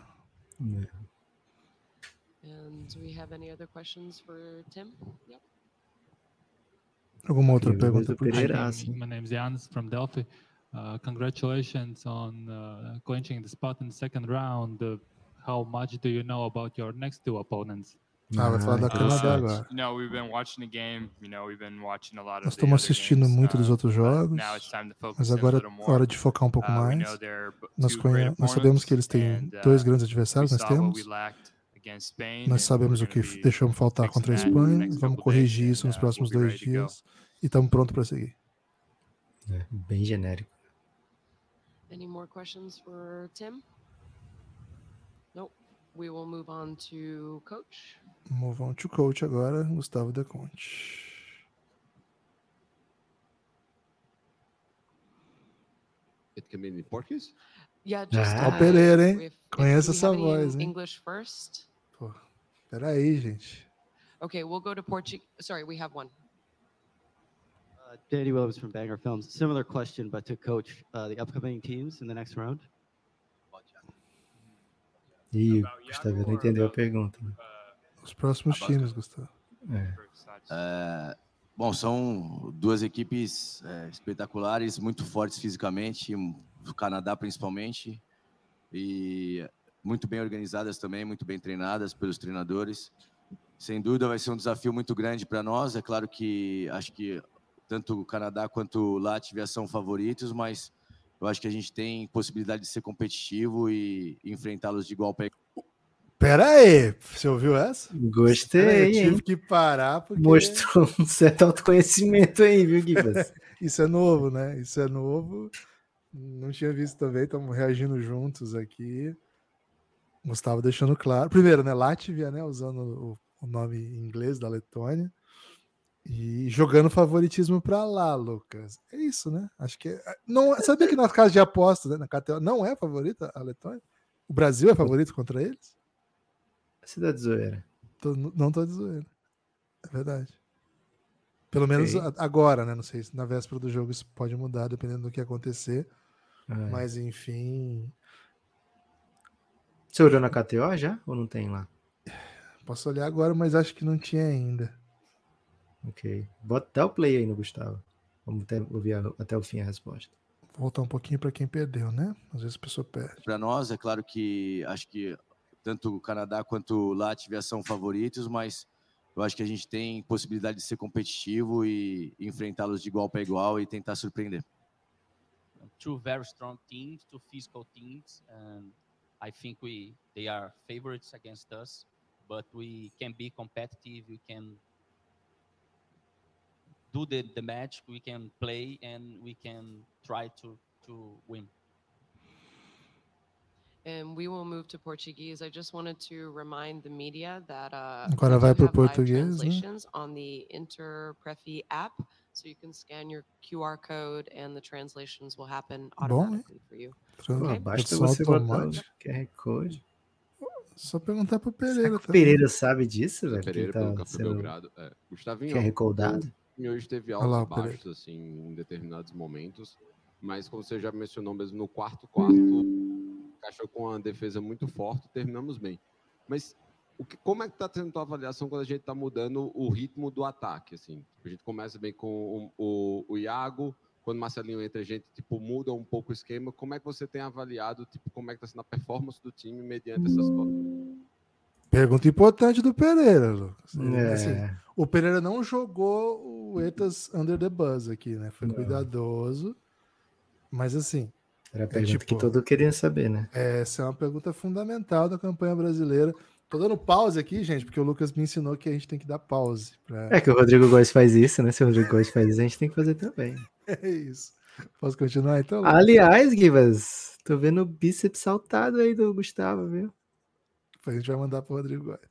And do we have any other questions for Tim? Yep. Alguma outra Ok, pergunta o pro Pereira, Tim? ah, My sim. my name's Jans from Delphi. Uh, congratulations on uh, clinching the spot in the second round. Uh, how much do you know about your next two opponents? Ah, vai falar da Ah, Canadá interessante. agora. You know, we've been watching the game. You know, we've been watching a lot Nós of the estamos other assistindo games, muito dos uh, outros but jogos, now it's time to focus mas in a agora little é more. hora de focar um pouco Uh, we mais. know they're b- Nós, two conhe... great nós sabemos que eles opponents, têm and, dois uh, grandes we adversários, nós saw what we temos. lacked against Spain, Nós and sabemos we're o que gonna be deixamos faltar fixing contra a that in the Espanha, next vamos couple days, corrigir isso and nos uh, we'll próximos be dois ready to go. dias e estamos prontos para seguir. É, bem genérico. Any more questions for Tim? Nope. We will move on to coach. Move on to coach agora, Gustavo De Conte. It can be in Portuguese? Yeah, just Ah, uh, Pereira, hein? if, Conheço if we essa have any voz, in hein? English first. Pô, peraí, gente. Okay, we'll go to Portuguese. Sorry, we have one. Uh, Danny Williams from Banger Films. Similar question, but to coach uh, the upcoming teams in the next round. Ih, o Gustavo não entendeu a pergunta. Né? Os próximos times, Gustavo. É. É, bom, são duas equipes é, espetaculares, muito fortes fisicamente, do Canadá principalmente, e muito bem organizadas também, muito bem treinadas pelos treinadores. Sem dúvida vai ser um desafio muito grande para nós. É claro que acho que tanto o Canadá quanto o Latvia são favoritos, mas eu acho que a gente tem possibilidade de ser competitivo e enfrentá-los de igual para igual. Pera aí, você ouviu essa? Gostei, Pera aí, eu tive hein? que parar porque... Mostrou um certo autoconhecimento aí, viu, Gibas? Isso é novo, né? Isso é novo. Não tinha visto também, estamos reagindo juntos aqui. Gustavo deixando claro. Primeiro, né? Latvia, né? Usando o, o nome em inglês da Letônia. E jogando favoritismo para lá, Lucas. É isso, né? Acho que é... não sabia que nas casas de apostas, né, na K T O, não é favorita a Letônia? O Brasil é favorito contra eles? Você dá de zoeira. Tô, não tô de zoeira. É verdade. Pelo menos Okay. agora, né? Não sei se na véspera do jogo isso pode mudar, dependendo do que acontecer. Ah, mas, enfim... Você olhou na K T O já? Ou não tem lá? Posso olhar agora, mas acho que não tinha ainda. Ok. Bota até o play aí no Gustavo. Vamos até, ouvir a, até o fim a resposta. Vou voltar um pouquinho para quem perdeu, né? Às vezes a pessoa perde. Para nós, é claro que acho que tanto o Canadá quanto o Latvia são favoritos, mas eu acho que a gente tem possibilidade de ser competitivo e enfrentá-los de igual para igual e tentar surpreender. Two very strong teams, two physical teams, and I think we they are favorites against us, but we can be competitive. We can do the, the match, we can play, and we can try to, to win. And we will move to Portuguese. I just wanted to remind the media that uh, Agora we vai do pro have live português, né? translations on the Interprefi app, so you can scan your Q R code and the translations will happen automatically for you. Pô, basta você botar o Q R Code. Só perguntar pro Pereira. Será que o Pereira sabe disso, velho? Pereira tá pelo Café Belgrado. É. Gustavinho, Q R Codado? E hoje teve altos e baixos, assim, em determinados momentos. Mas, como você já mencionou mesmo, no quarto quarto, encaixou com uma defesa muito forte, terminamos bem. Mas o que, como é que está sendo a tua avaliação quando a gente está mudando o ritmo do ataque? Assim? A gente começa bem com o, o, o Iago, quando o Marcelinho entra, a gente tipo, muda um pouco o esquema. Como é que você tem avaliado tipo, como é que está sendo a performance do time mediante essas situações? Pergunta importante do Pereira, Lucas. É. Assim, o Pereira não jogou o Etas under the bus aqui, né? Foi não. cuidadoso. Mas assim... Era a pergunta é, tipo, que todo queria saber, né? Essa é uma pergunta fundamental da campanha brasileira. Tô dando pause aqui, gente, porque o Lucas me ensinou que a gente tem que dar pause. Pra... É que o Rodrigo Góes faz isso, né? Se o Rodrigo Góes faz isso, a gente tem que fazer também. É isso. Posso continuar, então? Aliás, Givas, tô vendo o bíceps saltado aí do Gustavo, viu? A gente vai mandar pro Rodrigo Góes.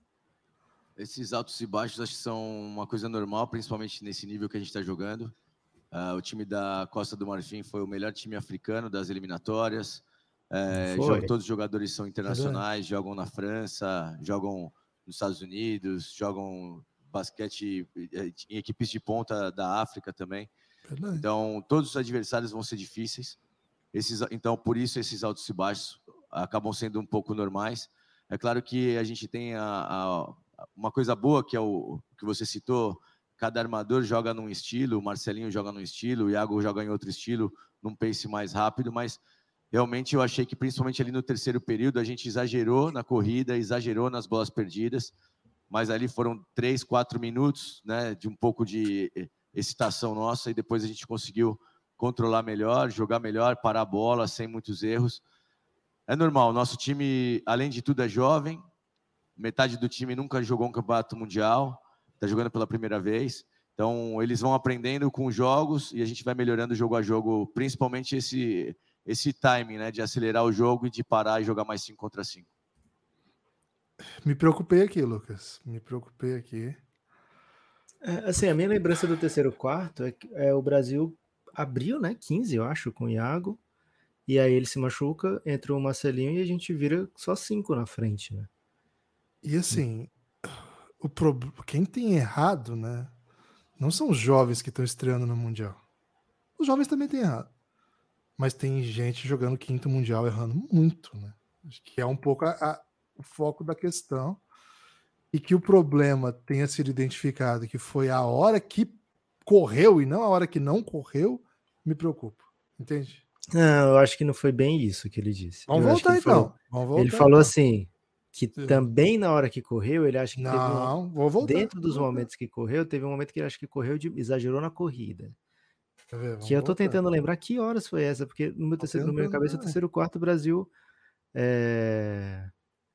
Esses altos e baixos acho que são uma coisa normal, principalmente nesse nível que a gente está jogando. Uh, o time da Costa do Marfim foi o melhor time africano das eliminatórias. É, jogam, todos os jogadores são internacionais, é. jogam na França, jogam nos Estados Unidos, jogam basquete em equipes de ponta da África também. Verdade. Então, todos os adversários vão ser difíceis. Esses, então, por isso, esses altos e baixos acabam sendo um pouco normais. É claro que a gente tem a, a, uma coisa boa, que é o que você citou. Cada armador joga num estilo, o Marcelinho joga num estilo, o Iago joga em outro estilo, num pace mais rápido, mas realmente eu achei que principalmente ali no terceiro período a gente exagerou na corrida, exagerou nas bolas perdidas, mas ali foram três, quatro minutos, né, de um pouco de excitação nossa e depois a gente conseguiu controlar melhor, jogar melhor, parar a bola sem muitos erros. É normal, nosso time, além de tudo, é jovem, metade do time nunca jogou um campeonato mundial, está jogando pela primeira vez, Então, eles vão aprendendo com os jogos e a gente vai melhorando jogo a jogo, principalmente esse, esse timing, né, de acelerar o jogo e de parar e jogar mais cinco contra cinco. Me preocupei aqui, Lucas. Me preocupei aqui. É, assim, a minha lembrança do terceiro quarto é que é, o Brasil abriu, né, quinze, eu acho, com o Iago. E aí ele se machuca, entra o Marcelinho e a gente vira só cinco na frente, né? E assim, o pro... quem tem errado, né? Não são os jovens que estão estreando no Mundial. Os jovens também têm errado. Mas tem gente jogando quinto Mundial errando muito, né? Acho que é um pouco a, a, o foco da questão. E que o problema tenha sido identificado, que foi a hora que correu e não a hora que não correu, me preocupa. Entende? Não, eu acho que não foi bem isso que ele disse. Vamos eu voltar ele então. Falou, Vamos voltar, ele falou então. assim, que Sim. também na hora que correu, ele acha que não, teve um... vou voltar. Dentro dos vou voltar. momentos que correu, teve um momento que ele acha que correu de... exagerou na corrida. Ver, que eu tô voltar. tentando lembrar que horas foi essa, porque no meu, terceiro, no meu cabeça, o terceiro quarto, o Brasil... É...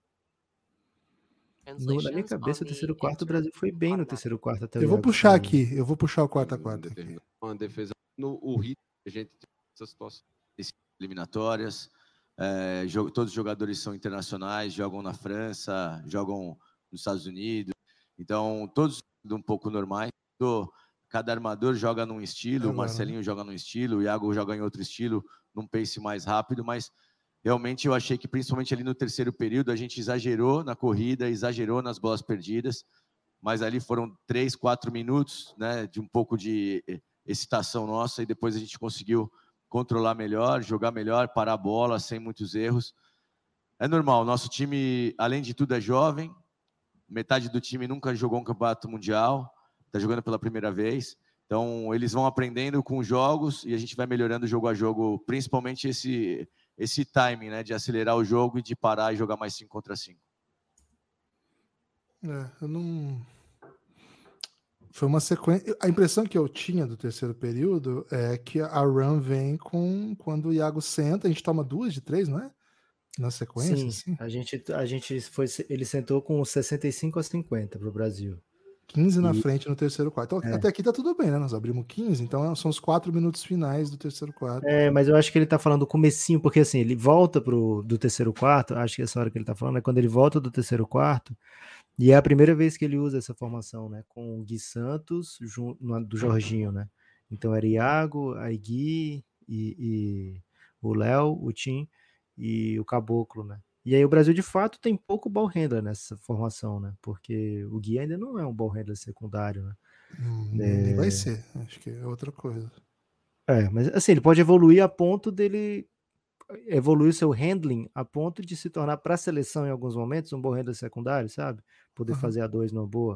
No, na minha cabeça, o terceiro quarto, o Brasil foi bem no terceiro quarto até o Eu vou Iago puxar sair. aqui, eu vou puxar o quarto a quarto. Uma defesa no o ritmo que a gente tem essa situação. Eliminatórias, é, jogo, todos os jogadores são internacionais, jogam na França, jogam nos Estados Unidos, então todos um pouco normais. Cada armador joga num estilo, Agora, o Marcelinho né? joga num estilo, o Iago joga em outro estilo, num pace mais rápido, mas realmente eu achei que principalmente ali no terceiro período a gente exagerou na corrida, exagerou nas bolas perdidas, mas ali foram três, quatro minutos, né, de um pouco de excitação nossa e depois a gente conseguiu controlar melhor, jogar melhor, parar a bola sem muitos erros. É normal, nosso time, além de tudo, é jovem, metade do time nunca jogou um campeonato mundial, está jogando pela primeira vez, então eles vão aprendendo com os jogos e a gente vai melhorando jogo a jogo, principalmente esse, esse timing, né, de acelerar o jogo e de parar e jogar mais cinco contra cinco. É, eu não... Foi uma sequência... A impressão que eu tinha do terceiro período é que a run vem com... Quando o Iago senta, a gente toma duas de três, não é? Na sequência, Sim, assim? a gente, a gente foi... Ele sentou com sessenta e cinco a cinquenta para o Brasil. quinze na e... frente no terceiro quarto. Então, é. Até aqui tá tudo bem, né? Nós abrimos quinze, então são os quatro minutos finais do terceiro quarto. É, mas eu acho que ele tá falando do comecinho, porque assim, ele volta pro, do terceiro quarto, acho que essa hora que ele tá falando é quando ele volta do terceiro quarto, e é a primeira vez que ele usa essa formação, né? Com o Gui Santos, junto, do Jorginho, né? Então era Iago, a Gui e, e o Léo, o Tim e o Caboclo, né? E aí o Brasil, de fato, tem pouco ball handler nessa formação, né? Porque o Gui ainda não é um ball handler secundário, né? Hum, é... Nem vai ser, acho que é outra coisa. É, mas assim, ele pode evoluir a ponto dele evoluir o seu handling a ponto de se tornar para a seleção em alguns momentos um bom handler secundário, sabe? Poder uhum. fazer a dois numa boa.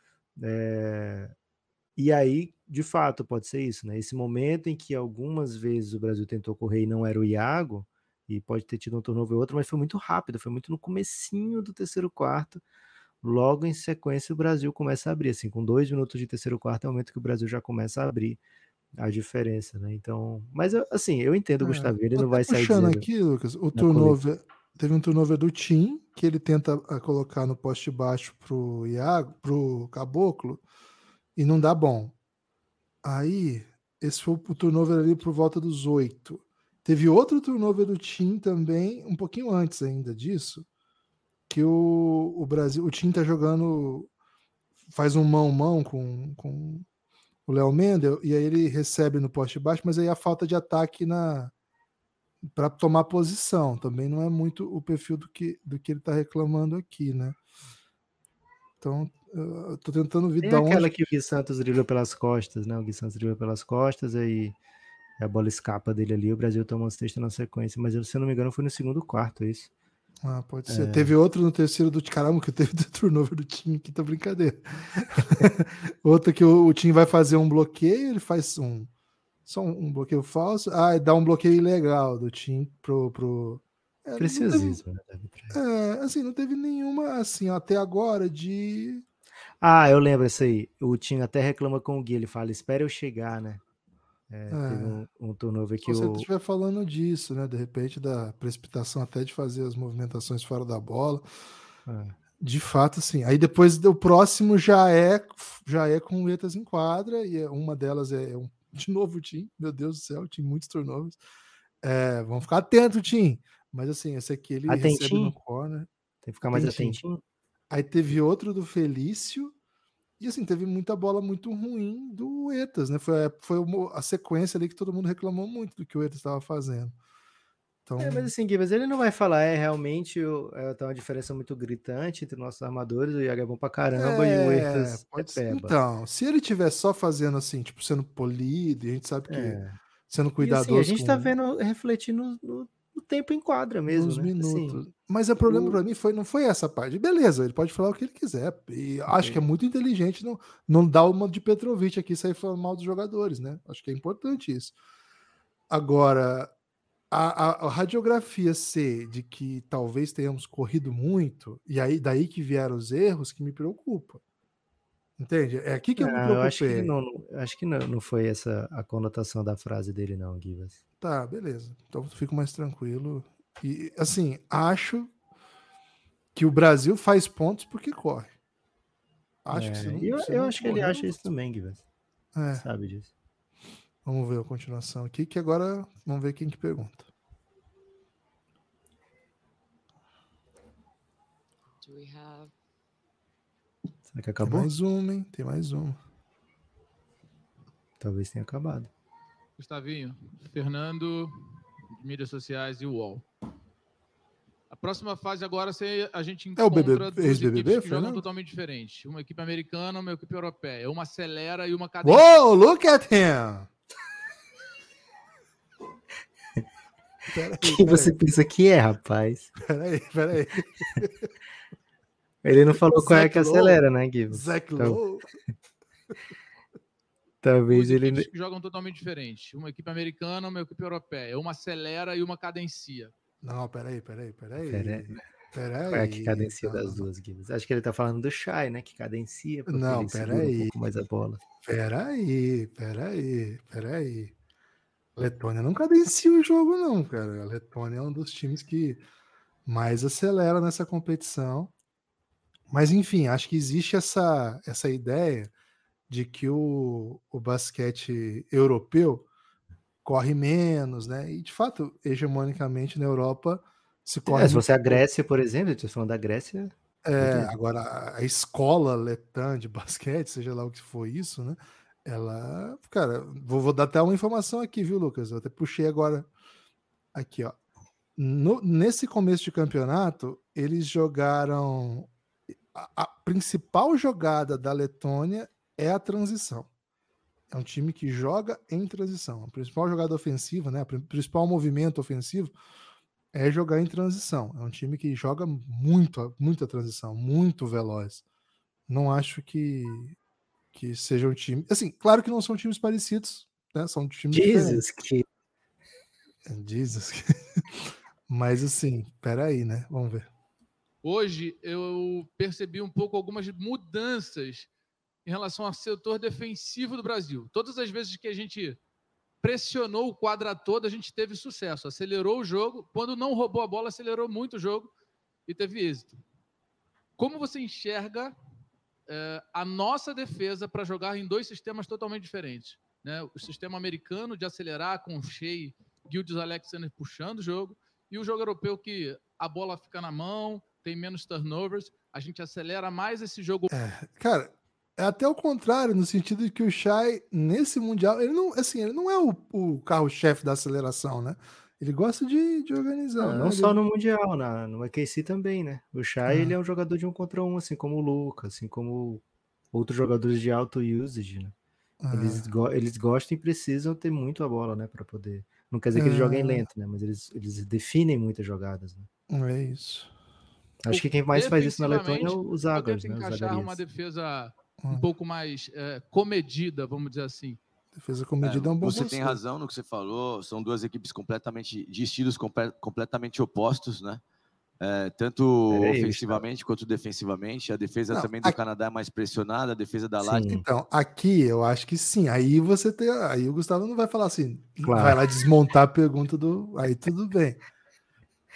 É... E aí, de fato, pode ser isso, né? Esse momento em que algumas vezes o Brasil tentou correr e não era o Iago, e pode ter tido um turnover ou outro, mas foi muito rápido, foi muito no comecinho do terceiro quarto. Logo em sequência o Brasil começa a abrir, assim, com dois minutos de terceiro quarto é o momento que o Brasil já começa a abrir a diferença, né? Então, mas assim, eu entendo o é, Gustavo, ele não vai sair puxando aqui, Lucas, o turnover, teve um turnover do Tim, que ele tenta colocar no poste baixo pro Iago, pro Caboclo, e não dá bom. Aí, esse foi o turnover ali por volta dos oito. Teve outro turnover do Tim também, um pouquinho antes ainda disso, que o, o Brasil, o Tim tá jogando, faz um mão-mão com, com o Léo Mendel, e aí ele recebe no poste baixo, mas aí a falta de ataque na para tomar posição, também não é muito o perfil do que, do que ele está reclamando aqui, né? Então, eu tô tentando ver Tem da aquela onde... que o Gui Santos dribla pelas costas, né? O Gui Santos dribla pelas costas, aí a bola escapa dele ali, o Brasil toma uma cesta na sequência, mas se eu não me engano foi no segundo quarto, é isso? Ah, pode ser. É... Teve outro no terceiro do... Caramba, que teve do turnover do time aqui, tá brincadeira. Outro que o, o time vai fazer um bloqueio, ele faz um... Só um, um bloqueio falso. Ah, dá um bloqueio ilegal do time pro... pro... É, Preciosismo, né? É, assim, não teve nenhuma, assim, até agora de... Ah, eu lembro isso aí. O Tim até reclama com o Gui, ele fala, espera eu chegar, né? É, é. Teve um, um turnover que Se você o... estiver falando disso, né? De repente, da precipitação até de fazer as movimentações fora da bola. É. De fato, sim. Aí depois o próximo já é já é com o Etas em quadra, e uma delas é um, de novo o Tim. Meu Deus do céu, tem muitos turnovers. É, vamos ficar atento, Tim. Mas assim, esse aqui ele atentinho. recebe no corner. Tem que ficar mais atentinho. atentinho. Aí teve outro do Felício. E assim, teve muita bola muito ruim do Etas, né? Foi, foi uma, a sequência ali que todo mundo reclamou muito do que o Etas estava fazendo. Então... É, mas assim, Gibas, ele não vai falar, é realmente é, tem uma diferença muito gritante entre nossos armadores, o Iago é bom pra caramba é, e o Etas é peba. Então, se ele estiver só fazendo assim, tipo, sendo polido, e a gente sabe que é. sendo cuidadoso. E, assim, a gente com... tá vendo, refletindo no, no, no tempo em quadra mesmo, nos né? minutos. Assim, mas o problema o... para mim foi, não foi essa parte. Beleza, ele pode falar o que ele quiser. E okay. Acho que é muito inteligente não, não dar uma de Petrovic aqui sair falando mal dos jogadores, né? Acho que é importante isso. Agora. A, a, a radiografia ser de que talvez tenhamos corrido muito, e aí daí que vieram os erros, que me preocupa. Entende? É aqui que não, eu me preocupei. Eu acho que, não, acho que não, não foi essa a conotação da frase dele, não, Gibas. Tá, beleza. Então fico mais tranquilo. E, assim, acho que o Brasil faz pontos porque corre. Acho é, que você não, Eu, você eu não acho que ele acha isso também, Gibas. É. Sabe disso. Vamos ver a continuação aqui, que agora vamos ver quem que pergunta. Do we have... Será que acabou? Tem mais uma, hein? Tem mais uma. Talvez tenha acabado. Gustavinho, Fernando, mídias sociais e o U O L. A próxima fase agora a gente encontra é o B B, duas ex-B B B, equipes que Fernando? jogam totalmente diferente. Uma equipe americana, uma equipe europeia. Uma acelera e uma cadência. Uou, look at him! O que você pensa que é, rapaz? Peraí, peraí. Ele não falou qual é que acelera, né, Gui? Zach Lowe. Talvez Duas ele. equipes que jogam totalmente diferente. Uma equipe americana, uma equipe europeia. Uma acelera e uma cadencia. Não, peraí, peraí, peraí. Peraí. Peraí. Qual é que cadencia não, das duas, Gui? Acho que ele tá falando do Shai, né? Que cadencia. Não, peraí. Um pouco mais a bola. Peraí, peraí, peraí. Letônia não cadencia o jogo, não, cara. A Letônia é um dos times que mais acelera nessa competição. Mas, enfim, acho que existe essa, essa ideia de que o, o basquete europeu corre menos, né? E, de fato, hegemonicamente na Europa se corre... É, se fosse a Grécia, por exemplo, eu estou falando da Grécia... É, agora, a escola letã de basquete, seja lá o que for isso, né? Ela, cara, vou, vou dar até uma informação aqui, viu, Lucas? Eu até puxei agora aqui, ó. No, nesse começo de campeonato, eles jogaram. A, a principal jogada da Letônia é a transição. É um time que joga em transição. A principal jogada ofensiva, né? O principal movimento ofensivo é jogar em transição. É um time que joga muito, muita transição, muito veloz. Não acho que. que seja um time... Assim, claro que não são times parecidos, né? São times Jesus diferentes. Que... Jesus que... Mas assim, peraí, né? Vamos ver. Hoje eu percebi um pouco algumas mudanças em relação ao setor defensivo do Brasil. Todas as vezes que a gente pressionou o quadra todo, a gente teve sucesso. Acelerou o jogo. Quando não roubou a bola, acelerou muito o jogo e teve êxito. Como você enxerga é, a nossa defesa para jogar em dois sistemas totalmente diferentes, né? O sistema americano de acelerar com o Shea, Gilgeous-Alexander puxando o jogo, e o jogo europeu que a bola fica na mão, tem menos turnovers, a gente acelera mais esse jogo. É, cara, é até o contrário, no sentido de que o Shai, nesse Mundial, ele não, assim, ele não é o, o carro-chefe da aceleração, né? Ele gosta de, de organizar. Não, né? não ele... só no Mundial, na, no A K C também, né? O Shai, ah. ele é um jogador de um contra um, assim como o Lucas, assim como outros jogadores de alto usage, né? Ah. Eles, go eles gostam e precisam ter muito a bola, né? Para poder... Não quer dizer que eles ah. joguem lento, né? Mas eles, eles definem muitas jogadas, né? É isso. Acho que quem mais faz isso na Letônia é os Zagors, né? Encaixar uma defesa um pouco mais é, comedida, vamos dizer assim. Defesa comedida é, é um bom Você conceito. Tem razão no que você falou, são duas equipes completamente de estilos comple completamente opostos, né? É, tanto é ofensivamente isso, quanto defensivamente. A defesa não, também do aqui... Canadá é mais pressionada, a defesa da Látvia. Então, aqui eu acho que sim. Aí você tem. Aí o Gustavo não vai falar assim, claro. Vai lá desmontar a pergunta do. Aí tudo bem.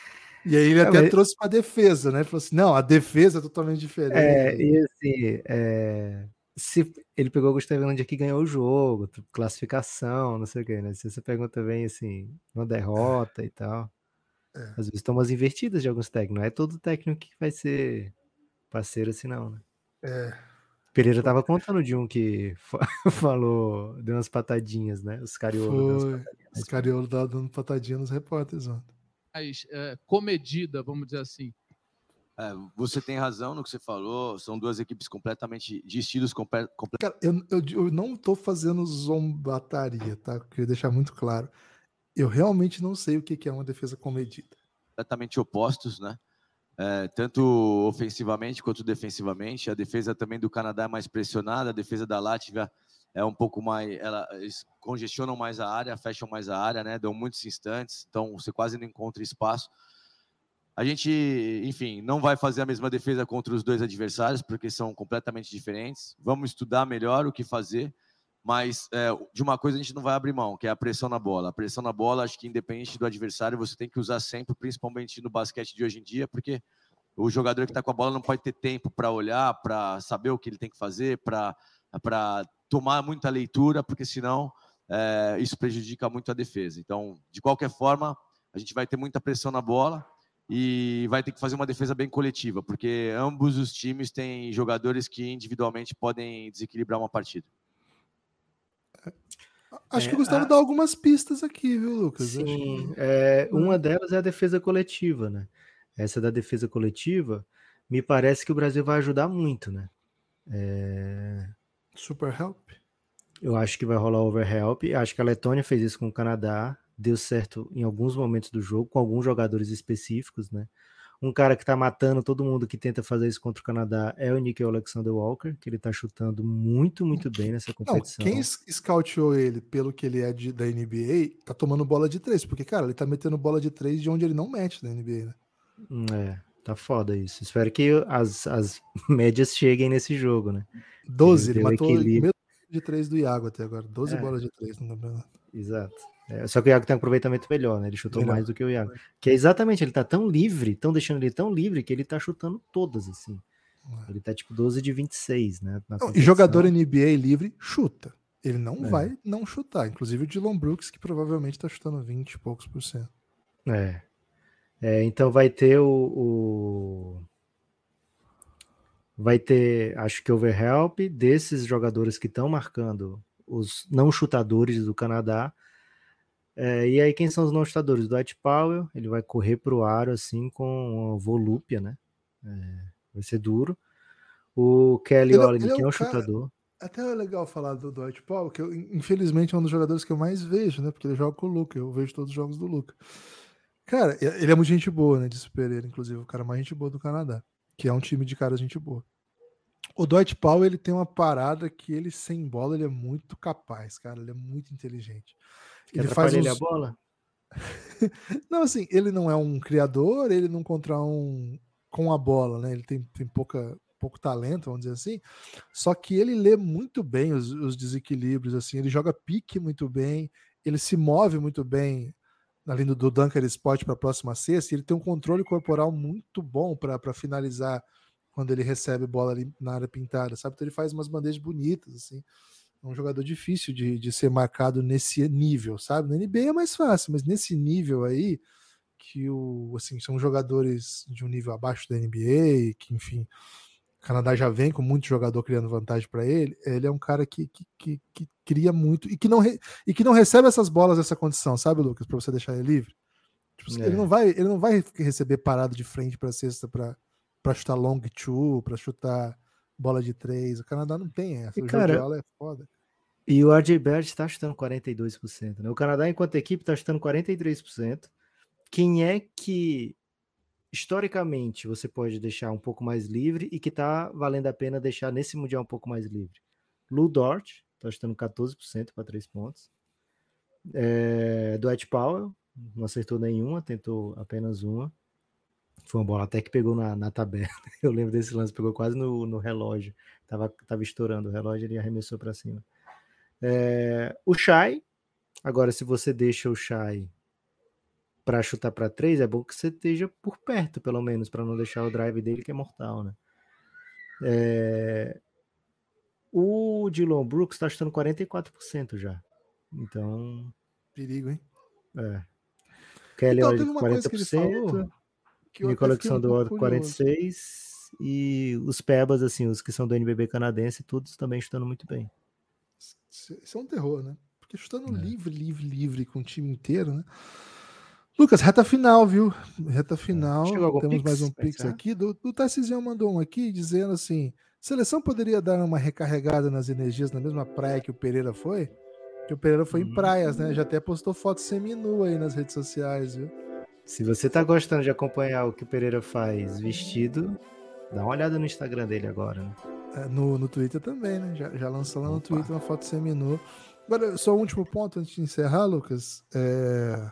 E aí ele É, até mas- trouxe para defesa, né? Falou assim, não, a defesa é totalmente diferente. É, e assim, é, se ele pegou o Gustavilândia aqui e ganhou o jogo, t- classificação, não sei o quê, né? Se você pergunta bem assim, uma derrota e tal. É. Às vezes estão umas invertidas de alguns técnicos. Não é todo técnico que vai ser parceiro assim, não, né? É. Pereira tava contando de um que fa- falou, deu umas patadinhas, né? Os cariolos deu umas Foi. patadinhas. Os cariolos estavam dando patadinha nos repórteres ontem. mais é, comedida, vamos dizer assim. É, você tem razão no que você falou, são duas equipes completamente de estilos comple comple Cara, eu, eu, eu não tô fazendo zombataria, tá? Queria deixar muito claro. Eu realmente não sei o que que é uma defesa comedida. completamente opostos, né? É, tanto ofensivamente quanto defensivamente. A defesa também do Canadá é mais pressionada, a defesa da Látvia é um pouco mais, ela, eles congestionam mais a área, fecham mais a área, né? Dão muitos instantes, então você quase não encontra espaço. A gente, enfim, não vai fazer a mesma defesa contra os dois adversários, porque são completamente diferentes. Vamos estudar melhor o que fazer, mas é, de uma coisa a gente não vai abrir mão, que é a pressão na bola. A pressão na bola, acho que independente do adversário, você tem que usar sempre, principalmente no basquete de hoje em dia, porque o jogador que está com a bola não pode ter tempo para olhar, para saber o que ele tem que fazer, para tomar muita leitura, porque senão é, isso prejudica muito a defesa. Então, de qualquer forma, a gente vai ter muita pressão na bola e vai ter que fazer uma defesa bem coletiva, porque ambos os times têm jogadores que individualmente podem desequilibrar uma partida. Acho É, que o Gustavo a- dá algumas pistas aqui, viu, Lucas? Acho Sim, que- é, uma delas é a defesa coletiva, né? Essa da defesa coletiva, me parece que o Brasil vai ajudar muito, né? É, Super help. eu acho que vai rolar overhelp. Acho que a Letônia fez isso com o Canadá, deu certo em alguns momentos do jogo, com alguns jogadores específicos, né? Um cara que tá matando todo mundo que tenta fazer isso contra o Canadá é o Nickel Alexander-Walker, que ele tá chutando muito, muito bem nessa Não, competição. quem s- scouteou ele pelo que ele é de- da N B A, tá tomando bola de três, porque, cara, ele tá metendo bola de três de onde ele não mete na N B A, né? Hum, É, tá foda isso. Espero que as, as médias cheguem nesse jogo, né? doze, ele deu matou o equilíbrio. mesmo de três do Iago até agora. doze É. bolas de três no campeonato. Exato. É, só que o Iago tem um aproveitamento melhor, né? Ele chutou Melhor. mais do que o Iago. Que é exatamente, ele tá tão livre, tão deixando ele tão livre, que ele tá chutando todas, assim. Ele tá tipo doze de vinte e seis, né? na Não, e competição. jogador N B A livre chuta. Ele não É. vai não chutar. Inclusive o Dylan Brooks, que provavelmente tá chutando vinte e poucos por cento. É. É, então vai ter o, o- Vai ter, acho que overhelp desses jogadores que estão marcando os não chutadores do Canadá. É, e aí quem são os não chutadores? Dwight Powell, ele vai correr pro aro assim com uma volúpia, né? É, vai ser duro. O Kelly Ele, Olynyk, ele é que é um um cara, chutador. até é legal falar do Dwight Powell, que eu, infelizmente é um dos jogadores que eu mais vejo, né? Porque ele joga com o Luca, eu vejo todos os jogos do Luca. Cara, ele é muito gente boa, né? Disse o Pereira, inclusive, o cara mais gente boa do Canadá, que é um time de caras gente boa. O Dwight Powell, ele tem uma parada que ele sem bola, ele é muito capaz, cara, ele é muito inteligente. Quer Ele faz atrapalhar ele uns... a bola? Não, assim, ele não é um criador, ele não contra um com a bola, né? Ele tem, tem pouca, pouco talento, vamos dizer assim. Só que ele lê muito bem os, os desequilíbrios, assim, ele joga pique muito bem, ele se move muito bem ali do, do Dunker Spot para a próxima cesta, e ele tem um controle corporal muito bom para finalizar quando ele recebe bola ali na área pintada, sabe? Então ele faz umas bandejas bonitas, assim. É um jogador difícil de, de ser marcado nesse nível, sabe? Na N B A é mais fácil, mas nesse nível aí, que o, assim, são jogadores de um nível abaixo da N B A, que, enfim, o Canadá já vem com muito jogador criando vantagem para ele, ele é um cara que, que, que, que cria muito e que, não re, e que não recebe essas bolas nessa condição, sabe, Lucas? Para você deixar ele livre. Tipo, É. ele, não vai, ele não vai receber parado de frente para cesta para chutar long two, para chutar bola de três. O Canadá não tem essa. E, o cara, jogo de aula é foda. E o R J Barrett está chutando quarenta e dois por cento, né? O Canadá, enquanto equipe, está chutando quarenta e três por cento. Quem é que, historicamente, você pode deixar um pouco mais livre e que está valendo a pena deixar nesse Mundial um pouco mais livre? Lu Dort, está chutando catorze por cento para três pontos. É, Dwight Powell, não acertou nenhuma, tentou apenas uma. Foi uma bola até que pegou na, na tabela. Eu lembro desse lance, pegou quase no, no relógio. Tava, tava estourando o relógio, ele arremessou para cima. É, o Shai, agora se você deixa o Shai para chutar para três, é bom que você esteja por perto, pelo menos, para não deixar o drive dele, que é mortal, né? É... O Dillon Brooks está chutando quarenta e quatro por cento já. Então... Perigo, hein? É. Kelly então, Olynyk teve uma quarenta por cento, coisa que ele falou que eu Nicola até fiquei um Alexander pouco quarenta e curioso. seis por cento e os Pebas, assim, os que são do N B B canadense, todos também chutando muito bem. Isso é um terror, né? Porque chutando É. livre, livre, livre com o time inteiro, né? Lucas, reta final, viu? Reta final. Chegou algum Temos pix mais um pra pix encerrar? aqui. Do, do Tarcísio mandou um aqui dizendo assim: seleção poderia dar uma recarregada nas energias na mesma praia que o Pereira foi? Que o Pereira foi em praias, né? Já até postou foto semi-nua aí nas redes sociais, viu? Se você tá gostando de acompanhar o que o Pereira faz vestido, dá uma olhada no Instagram dele agora, né? É, no, no Twitter também, né? Já, já lançou lá no Opa. Twitter uma foto semi-nua. Agora, só o último ponto antes de encerrar, Lucas. É...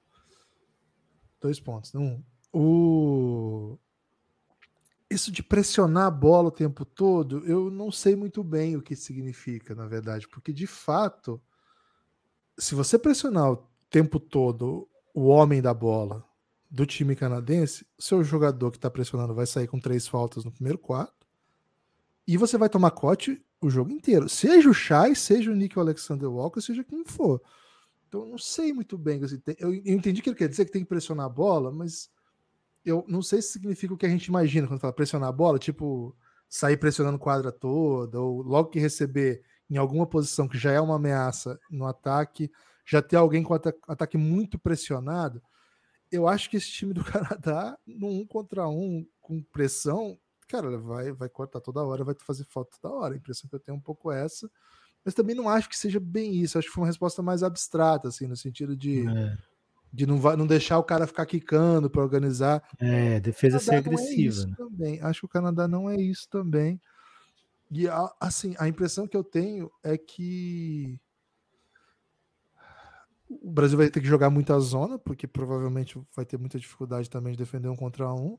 Dois pontos. Um, o... Isso de pressionar a bola o tempo todo, eu não sei muito bem o que significa, na verdade, porque de fato, se você pressionar o tempo todo o homem da bola do time canadense, o seu jogador que está pressionando vai sair com três faltas no primeiro quarto e você vai tomar cote o jogo inteiro. Seja o Shai, seja o Nickel Alexander Walker, seja quem for. Então eu não sei muito bem. Assim, eu entendi que ele quer dizer que tem que pressionar a bola, mas eu não sei se significa o que a gente imagina quando fala pressionar a bola, tipo sair pressionando quadra toda, ou logo que receber em alguma posição que já é uma ameaça no ataque, já ter alguém com ata- ataque muito pressionado. Eu acho que esse time do Canadá, no um contra um, com pressão, cara, vai, vai cortar toda hora, vai fazer falta toda hora. A impressão que eu tenho é um pouco essa. Mas também não acho que seja bem isso. Acho que foi uma resposta mais abstrata, assim, no sentido de, É, de não, vai, não deixar o cara ficar quicando para organizar. é defesa ser Canadá não é agressiva, isso né? também. Acho que o Canadá não é isso também. E a- assim, a impressão que eu tenho é que o Brasil vai ter que jogar muita zona, porque provavelmente vai ter muita dificuldade também de defender um contra um.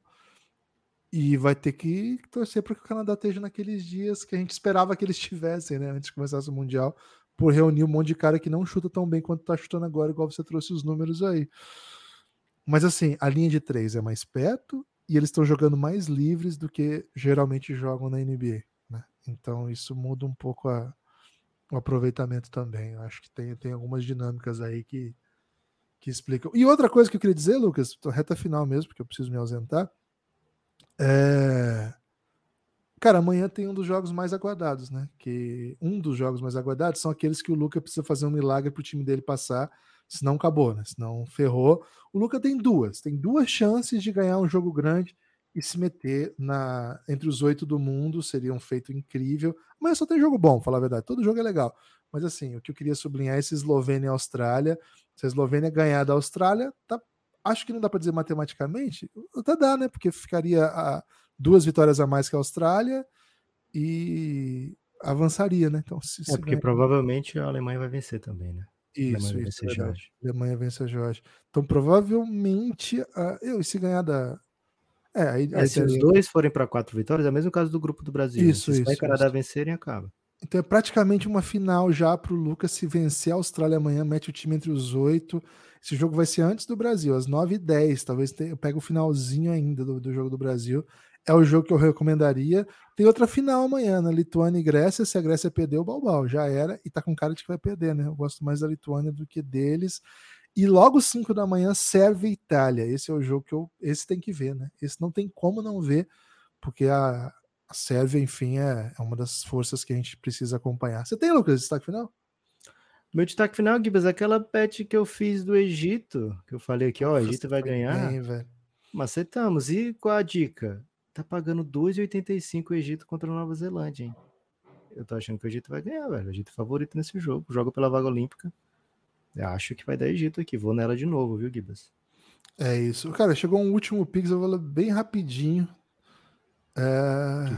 E vai ter que torcer para que o Canadá esteja naqueles dias que a gente esperava que eles estivessem, né? Antes de começar o Mundial, por reunir um monte de cara que não chuta tão bem quanto tá chutando agora, igual você trouxe os números aí. Mas assim, a linha de três é mais perto e eles estão jogando mais livres do que geralmente jogam na N B A, né? Então isso muda um pouco a, o aproveitamento também. Eu acho que tem, tem algumas dinâmicas aí que, que explicam. E outra coisa que eu queria dizer, Lucas, reta final mesmo, porque eu preciso me ausentar, é... Cara, amanhã tem um dos jogos mais aguardados, né? Que um dos jogos mais aguardados são aqueles que o Luka precisa fazer um milagre pro time dele passar, senão acabou, né? Senão ferrou. O Luka tem duas, tem duas chances de ganhar um jogo grande e se meter na entre os oito do mundo, seria um feito incrível. Amanhã só tem jogo bom, falar a verdade. Todo jogo é legal. Mas assim, o que eu queria sublinhar é esse Eslovênia e Austrália. Se a Eslovênia ganhar da Austrália, tá, acho que não dá para dizer matematicamente, até dá, né? Porque ficaria a duas vitórias a mais que a Austrália e avançaria, né? Então, se, É se porque ganhar... provavelmente a Alemanha vai vencer também, né? A Alemanha Isso, vai isso, vencer é verdade. Jorge. A Alemanha vence a Jorge. Então, provavelmente, uh, eu, se ganhar da... É, aí, É, aí se os teria... dois forem para quatro vitórias, é o mesmo caso do grupo do Brasil. Isso, né? Se Espanha e isso, Canadá isso. vencerem, acaba. Então é praticamente uma final já para o Lucas. Se vencer a Austrália amanhã, mete o time entre os oito. Esse jogo vai ser antes do Brasil, às nove e dez. Talvez eu pegue o finalzinho ainda do, do jogo do Brasil. É o jogo que eu recomendaria. Tem outra final amanhã, na Lituânia e Grécia. Se a Grécia perder, o Balbal já era. E tá com cara de que vai perder, né? Eu gosto mais da Lituânia do que deles. E logo cinco da manhã, Sérvia e Itália. Esse é o jogo que eu... Esse tem que ver, né? Esse não tem como não ver, porque a... A Sérvia, enfim, é, é uma das forças que a gente precisa acompanhar. Você tem, Lucas, destaque final? Meu destaque final, Gibas, aquela bet que eu fiz do Egito, que eu falei aqui, ó, o Egito vai ganhar. Bem, velho. Macetamos. E qual a dica? Tá pagando dois e oitenta e cinco o Egito contra a Nova Zelândia, hein? Eu tô achando que o Egito vai ganhar, velho. O Egito é favorito nesse jogo. Joga pela vaga olímpica. Eu acho que vai dar Egito aqui. Vou nela de novo, viu, Gibas? É isso. Cara, chegou um último pix, eu vou ler bem rapidinho. É...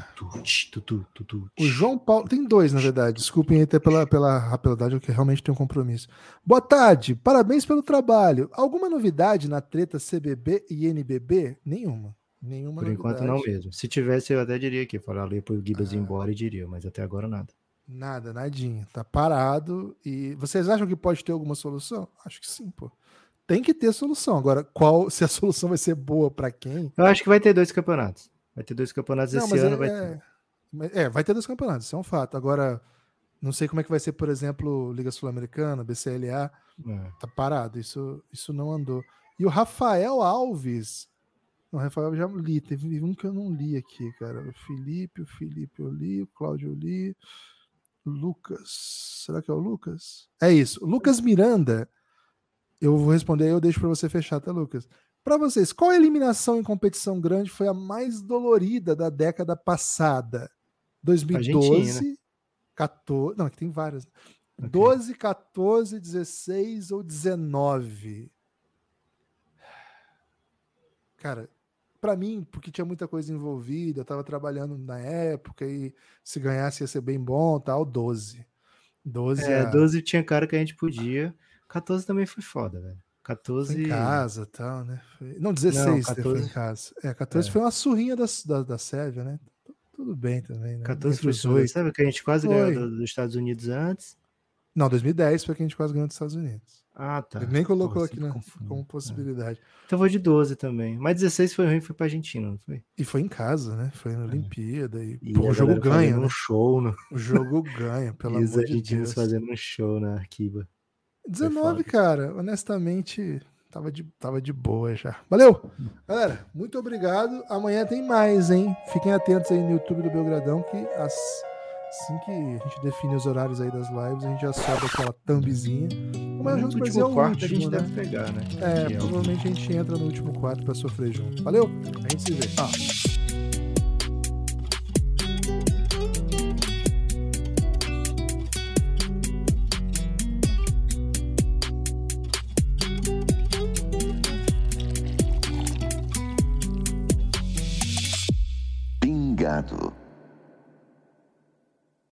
O João Paulo, tem dois na verdade, desculpem até pela, pela rapidez, eu que realmente tenho um compromisso. Boa tarde, parabéns pelo trabalho. Alguma novidade na treta C B B e N B B? Nenhuma. Nenhuma Por novidade. enquanto não mesmo. Se tivesse, eu até diria aqui, falaria pro Gibas Ah. ir embora e diria, mas até agora nada. Nada, nadinha. Tá parado. E vocês acham que pode ter alguma solução? Acho que sim, pô. tem que ter solução. Agora, qual se a solução vai ser boa para quem? Eu acho que vai ter dois campeonatos. Vai ter dois campeonatos Não, esse mas ano. é, vai é, ter. é, vai ter dois campeonatos, isso é um fato. Agora, não sei como é que vai ser, por exemplo, Liga Sul-Americana, B C L A. É. Tá parado, isso, isso não andou. E o Rafael Alves. Não, o Rafael eu já li, teve um que eu não li aqui, cara. O Felipe, o Felipe eu li, o Cláudio eu li. Lucas. Será que é o Lucas? É isso. Lucas Miranda. Eu vou responder, eu deixo para você fechar, tá, Lucas? Para vocês, qual eliminação em competição grande foi a mais dolorida da década passada? dois mil e doze, né? quatorze, não, aqui tem várias. Okay. doze, quatorze, dezesseis ou dezenove? Cara, para mim, porque tinha muita coisa envolvida, eu tava trabalhando na época e se ganhasse ia ser bem bom, tal, doze. doze, é, a... doze tinha cara que a gente podia. quatorze também foi foda, velho. quatorze... Foi em casa e tal, né? Foi... Não, dezesseis não, quatorze... foi em casa. É, quatorze é. Foi uma surrinha da, da, da Sérvia, né? Tudo bem também, né? quatorze foi surra, sabe que a gente quase foi. ganhou dos Estados Unidos antes? Não, dois mil e dez foi que a gente quase ganhou dos Estados Unidos. Ah, tá. Ele nem colocou Pô, aqui né, como possibilidade. É. Então vou de doze também. Mas dezesseis foi ruim, foi pra Argentina, não foi? E foi em casa, né? Foi na Olimpíada. E, e pô, o jogo ganha, né? um show, né? O jogo ganha, pelo e amor de Deus. E os argentinos fazendo um show na Arquiba. dezenove, cara, honestamente, tava de, tava de boa já. Valeu! Galera, muito obrigado. Amanhã tem mais, hein? Fiquem atentos aí no YouTube do Belgradão, que as, assim que a gente define os horários aí das lives, a gente já sobe aquela thumbzinha. Amanhã o jogo é o quarto último, a gente né? deve pegar, né? É, que provavelmente é a gente entra no último quarto pra sofrer junto. Valeu? A gente se vê. Ah. Pingado.